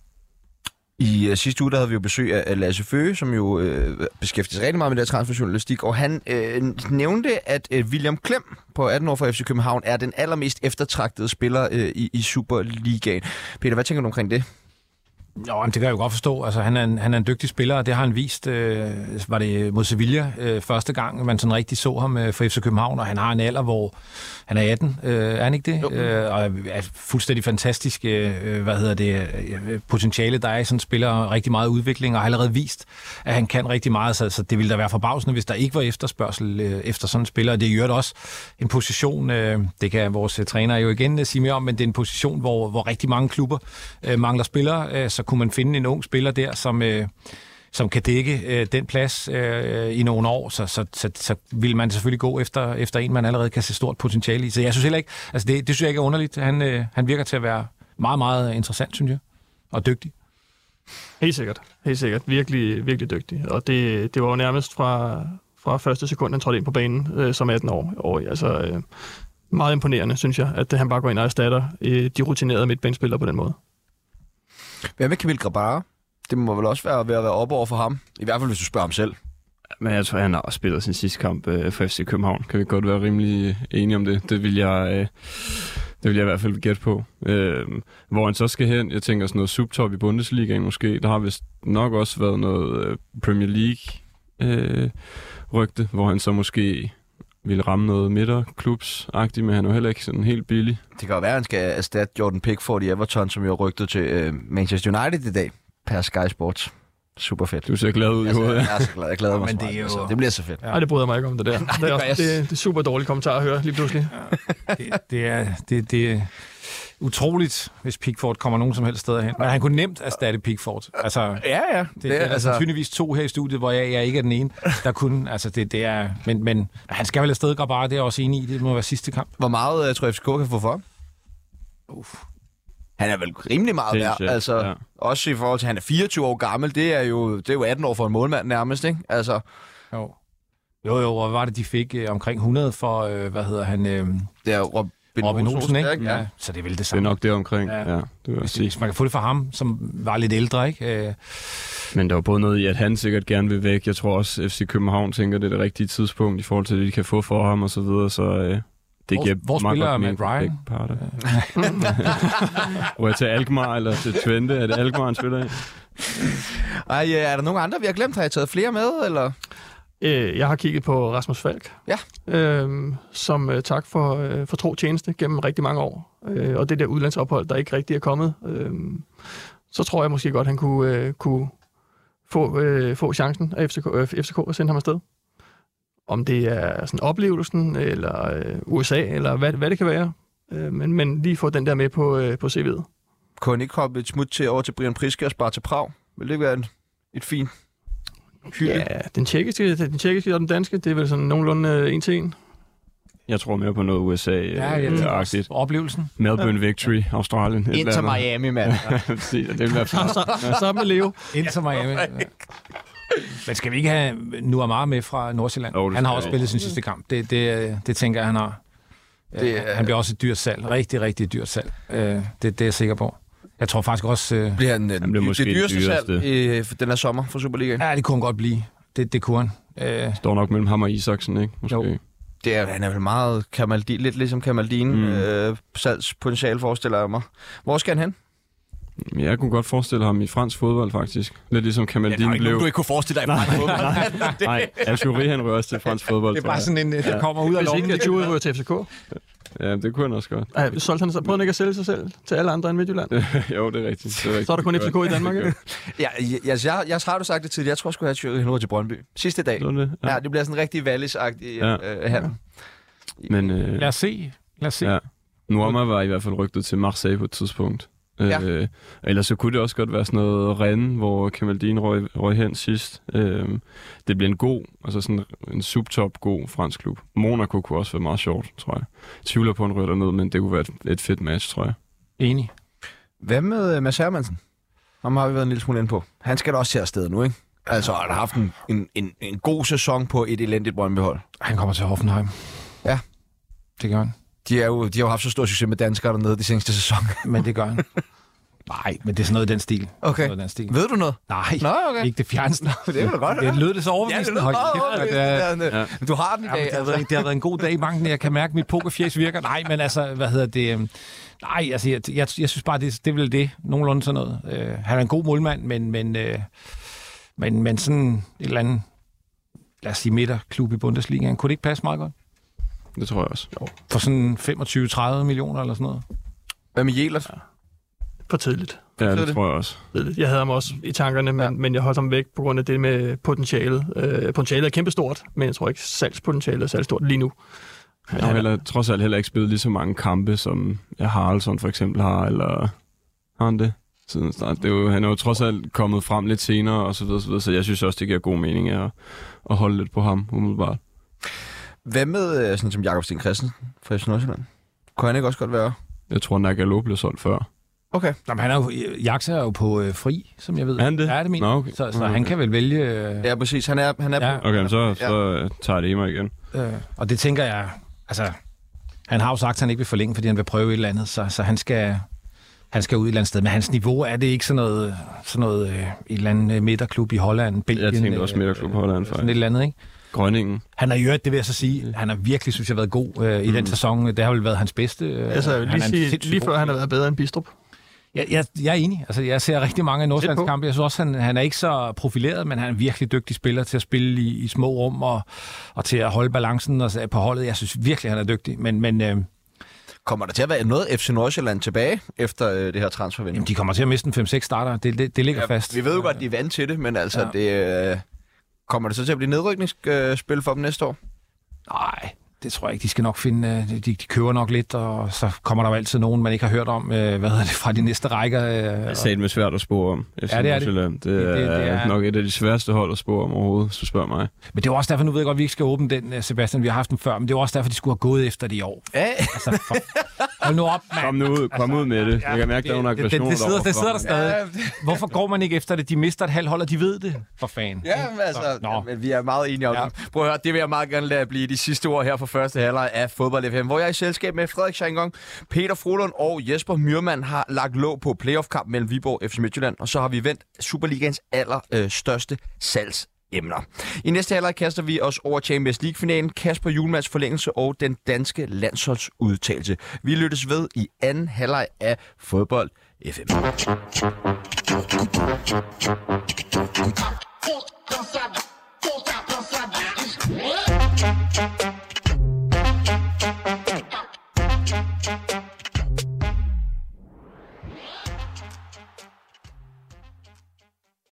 I uh, sidste uge, der havde vi jo besøg af Lasse Føge, som jo øh, beskæftiger sig rigtig meget med det her transferjournalistik, og han øh, nævnte, at øh, William Klem på atten år fra F C København er den allermest eftertragtede spiller øh, i, i Superligaen. Peter, hvad tænker du omkring det? Jo, det kan jeg jo godt forstå. Altså, han, er en, han er en dygtig spiller, og det har han vist. Øh, var det mod Sevilla øh, første gang, man sådan rigtig så ham øh, for F C København, og han har en alder, hvor han er atten. Øh, er han ikke det? Øh, og er fuldstændig fantastisk øh, hvad hedder det, øh, potentiale, der er i sådan en spiller. Rigtig meget udvikling, og har allerede vist, at han kan rigtig meget. Så, så det ville da være forbavsende, hvis der ikke var efterspørgsel øh, efter sådan en spiller. Og det er jo også en position, øh, det kan vores øh, træner jo igen øh, sige mere om, men det er en position, hvor, hvor rigtig mange klubber øh, mangler spillere. Øh, så kunne man finde en ung spiller der, som, øh, som kan dække øh, den plads øh, i nogle år, så, så, så, så vil man selvfølgelig gå efter, efter en, man allerede kan se stort potentiale i. Så jeg synes heller ikke, altså det, det synes jeg ikke er underligt. Han, øh, han virker til at være meget, meget interessant, synes jeg, og dygtig. Helt sikkert. Helt sikkert. Virkelig, virkelig dygtig. Og det, det var jo nærmest fra, fra første sekund, han trådte ind på banen øh, som atten år. Og, altså, øh, meget imponerende, synes jeg, at han bare går ind og erstatter øh, de rutinerede midtbanespillere på den måde. Hvad med Kamil Grabara? Det må vel også være ved at være oppe over for ham. I hvert fald, hvis du spørger ham selv. Men jeg tror, han har spillet sin sidste kamp øh, for F C København. Kan vi godt være rimelig enige om det? Det vil jeg, øh, det vil jeg i hvert fald gætte på. Øh, hvor han så skal hen, jeg tænker sådan noget subtop i Bundesligaen måske. Der har vist nok også været noget øh, Premier League-rygte, øh, hvor han så måske ville ramme noget midterklubs-agtigt, men han er jo heller ikke sådan helt billig. Det kan jo være, at han skal erstatte Jordan Pickford i Everton, som jo er rygtet til øh, Manchester United i dag, per Sky Sports. Super fedt. Du ser glad ud i hovedet. Jeg er så glad. Jeg glæder mig men så det, er jo... altså, det bliver så fedt. Nej, det bryder mig ikke om det der. Nej, det, er, det, det, det er super dårlig kommentar at høre lige pludselig. Ja. Det, det, er, det, det er utroligt, hvis Pickford kommer nogen som helst steder hen. Men han kunne nemt erstatte Pickford. Altså, ja, ja. Det, det er altså sandsynligvis to her i studiet, hvor jeg, jeg ikke er den ene, der kunne. Altså, det, det er, men, men han skal vel afsted, Grabara, det er også enig i. Det må være sidste kamp. Hvor meget jeg tror jeg, F C K kan få for? Uff. Han er vel rimelig meget værd, altså ja. Også i forhold til, at han er fireogtyve år gammel, det er jo, det er jo atten år for en målmand nærmest, ikke? Altså. Jo. Jo, jo, og var det, de fik øh, omkring hundrede for, øh, hvad hedder han? Øh, det er Robin, Robin Olsen, ikke? ikke? Ja. Ja. Så det er vel det samme. Det er nok det omkring, ja. ja det hvis, det, hvis man kan få det fra ham, som var lidt ældre, ikke? Øh. Men der var både noget i, at han sikkert gerne vil væk. Jeg tror også, F C København tænker, det er det rigtige tidspunkt i forhold til det, de kan få for ham og så videre, så... Øh Det hvor, hvor spiller Matt Ryan? Hvor jeg til Alkmaar eller til Twente? Er det Alkmaar, han spiller i? Ej, er der nogen andre, vi har glemt? Har jeg taget flere med, eller? Øh, jeg har kigget på Rasmus Falk. Ja. Øh, som øh, tak for, øh, for tro tjeneste gennem rigtig mange år. øh, og det der udlandsophold, der ikke rigtig er kommet, øh, så tror jeg måske godt, han kunne, øh, kunne få, øh, få chancen af F C K, øh, F C K at sende ham afsted. Om det er sådan oplevelsen, eller øh, U S A, eller hvad, hvad det kan være. Øh, men, men lige få den der med på, øh, på C V'et. Kunne han ikke hoppe et smut til over til Brian Priske og spare til Prag? Vil det ikke være et, et fint hylde? Ja, den tjekkiske, den tjekkiske og den danske, det er vel sådan nogenlunde øh, en til en. Jeg tror mere på noget U S A-agtigt. Ja, oplevelsen. Melbourne ja. Victory, Australien. Inter Miami, mand. det vil være så, så, så med Leo. Inter Miami. Ja. Men skal vi ikke have nu Amar med fra Nordsjælland? Oh, han har også spillet sin sidste kamp. Det, det, det tænker jeg, han har. Det, han bliver også et dyrt salg. Rigtig, rigtig dyrt salg. Det, det er jeg sikker på. Jeg tror faktisk også... Bliver han, han bliver måske det dyreste, dyreste. salg i den her sommer for Superligaen? Ja, det kunne han godt blive. Det, det kunne han. Står nok mellem ham og Isaksen, ikke? Måske. Jo. Det er, han er vel meget Kamaldin, lidt ligesom Kamaldin. Mm. Øh, salgspotentiale forestiller jeg mig. Hvor skal han hen? Jeg kunne godt forestille ham i fransk fodbold, faktisk. Lidt ligesom Kamaldin ja, blev. Du ikke kunne forestille dig i fransk fodbold. Nej, Alchouri han rører også til fransk fodbold. Det er bare sådan en, der ja. kommer ud af lommen. Hvis ikke Alchouri rører til F C K. Ja, det kunne han også godt. Ej, solgte han så prøvede han ikke at sælge sig selv til alle andre end Midtjylland? Jo, det er rigtigt. Det er rigtigt. Så er der kun F C K i Danmark, ikke? ja, jeg, jeg, jeg har du sagt det tidligere. Jeg tror, jeg skulle have Alchouri hen til Brøndby. Sidste dag. Det, ja. ja, det bliver sådan en rigtig Wallis-agtig ja. øh, handel. Men, øh, lad os se. Lad os se. Ja. Nuama var i hvert fald rygtet til Marseille på et tidspunkt. Ja. Øh, ellers så kunne det også godt være sådan noget Rennes, hvor Kamaldin røg, røg hen sidst. Øh, det bliver en god, altså sådan en subtop god fransk klub. Monaco kunne også være meget sjovt, tror jeg. Jeg tvivler på en rød dernede, men det kunne være et, et fedt match, tror jeg. Enig. Hvad med uh, Mads Hermansen? Ham har vi været en lille smule inde på. Han skal da også til afsted nu, ikke? Altså, han har haft en, en, en, en god sæson på et elendigt Brøndby-hold. Han kommer til Hoffenheim. Ja. Det gør han. De, er jo, de har jo haft så stor succes med danskere dernede de seneste sæson. Men det gør han. Nej, men det er sådan noget i den stil. Okay. Noget den stil. Ved du noget? Nej, Nå, okay. ikke det fjerneste. Det er vel godt, det lød det så overbevisende. Ja, det lød overbevisende. Ja. Du har den i dag. Ja, det, har været, det har været en god dag i banken, jeg kan mærke, at mit pokerfjes virker. Nej, men altså, hvad hedder det? Nej, altså, jeg, jeg, jeg synes bare, det, det er vel det. Nogenlunde sådan noget. Uh, han er en god målmand, men, men, uh, men, men sådan et eller andet, lad os sige, midterklub i Bundesligaen, kunne det ikke passe meget godt? Det tror jeg også. Jo. For sådan femogtyve til tredive millioner eller sådan noget. Hvad med Jelert? Ja. For tidligt. Ja, det tror jeg også. Jeg havde ham også i tankerne, men, ja. men jeg holdt ham væk på grund af det med potentialet. Øh, potentialet er kæmpestort, men jeg tror ikke, salgspotentialet er særlig stort lige nu. Jeg har heller, trods alt heller ikke spillet lige så mange kampe, som Haraldsson for eksempel har, eller har han det? Siden start. Det er jo, han er jo trods alt kommet frem lidt senere, og så videre, så videre, så jeg synes også, det giver god mening at, at holde lidt på ham, umiddelbart. Hvad med sådan som Jakob Sten Christensen fra F C Nordsjælland? Kunne han ikke også godt være? Jeg tror, Nagalo blev solgt før. Okay. Jamen, han er jo, Jaxa er jo på øh, fri, som jeg ved. Er han det? Ja, det mener. Nå, okay. Så, så okay. han kan vel vælge... Øh... Ja, præcis. Han er, han er ja. på... Okay, så, så ja. tager det i mig igen. Øh, og det tænker jeg... Altså, han har jo sagt, at han ikke vil forlænge, fordi han vil prøve et eller andet, så, så han skal... Han skal ud et eller andet sted, men hans niveau er det ikke sådan noget, sådan noget øh, et eller andet midterklub i Holland, Belgien. Jeg tænkte også midterklub i Holland, faktisk. Sådan et eller andet, ikke? Grønningen. Han har jo det vil jeg så sige. Han har virkelig, synes jeg, været god øh, i mm. den sæson. Det har vel været hans bedste. Øh, altså, lige, han sige, lige før han har været bedre end Bistrup. Jeg, jeg, jeg er enig. Altså, jeg ser rigtig mange Nordsjællands kampe. Jeg synes også, han, han er ikke så profileret, men han er en virkelig dygtig spiller til at spille i, i små rum og, og til at holde balancen og, på holdet. Jeg synes virkelig, han er dygtig. Men, men øh, kommer der til at være noget F C Nordsjælland tilbage efter øh, det her transfervindue? Jamen, de kommer til at miste en fem seks starter. Det, det, det ligger ja, fast. Vi ved jo godt, at de er vant til det, men altså, ja. det, øh, kommer det så til at blive nedrykningsspil øh, for dem næste år? Nej, det tror jeg ikke. De skal nok finde... De, de køber nok lidt, og så kommer der jo altid nogen, man ikke har hørt om, øh, hvad hedder det, fra de næste rækker. Øh, det er satme svært at spore om. F C ja, det er det. Det, det, er, det, det er nok et af de sværeste hold at spore om overhovedet, så spørg mig. Men det er også derfor, nu ved jeg godt, at vi ikke skal åbne den, Sebastian, vi har haft den før, men det er også derfor, de skulle have gået efter det i år. Ja. Altså, for, hold nu op, mand. Kom nu ud, kom ud med det. Jeg kan mærke, der er nogle aggressioner. Det, det, det, sidder, det sidder der stadig. Hvorfor går man ikke efter det? De mister et halvt hold, og de ved det, for fanden. Ja, men altså, ja, men vi er meget enige om ja. det. Prøv at høre, det vil jeg meget gerne lade blive de sidste ord her for første halvleg af Fodbold F M, hvor jeg er i selskab med Frederik Scheingang, Peter Frohlund og Jesper Myrmand har lagt låg på playoff-kamp mellem Viborg og F C Midtjylland, og så har vi vendt Superligaens allerstørste salgsemner. I næste halvleg kaster vi os over Champions League-finalen, Kasper Hjulmands forlængelse og den danske landsholdsudtagelse. Vi lyttes ved i anden halvleg af Fodbold F M.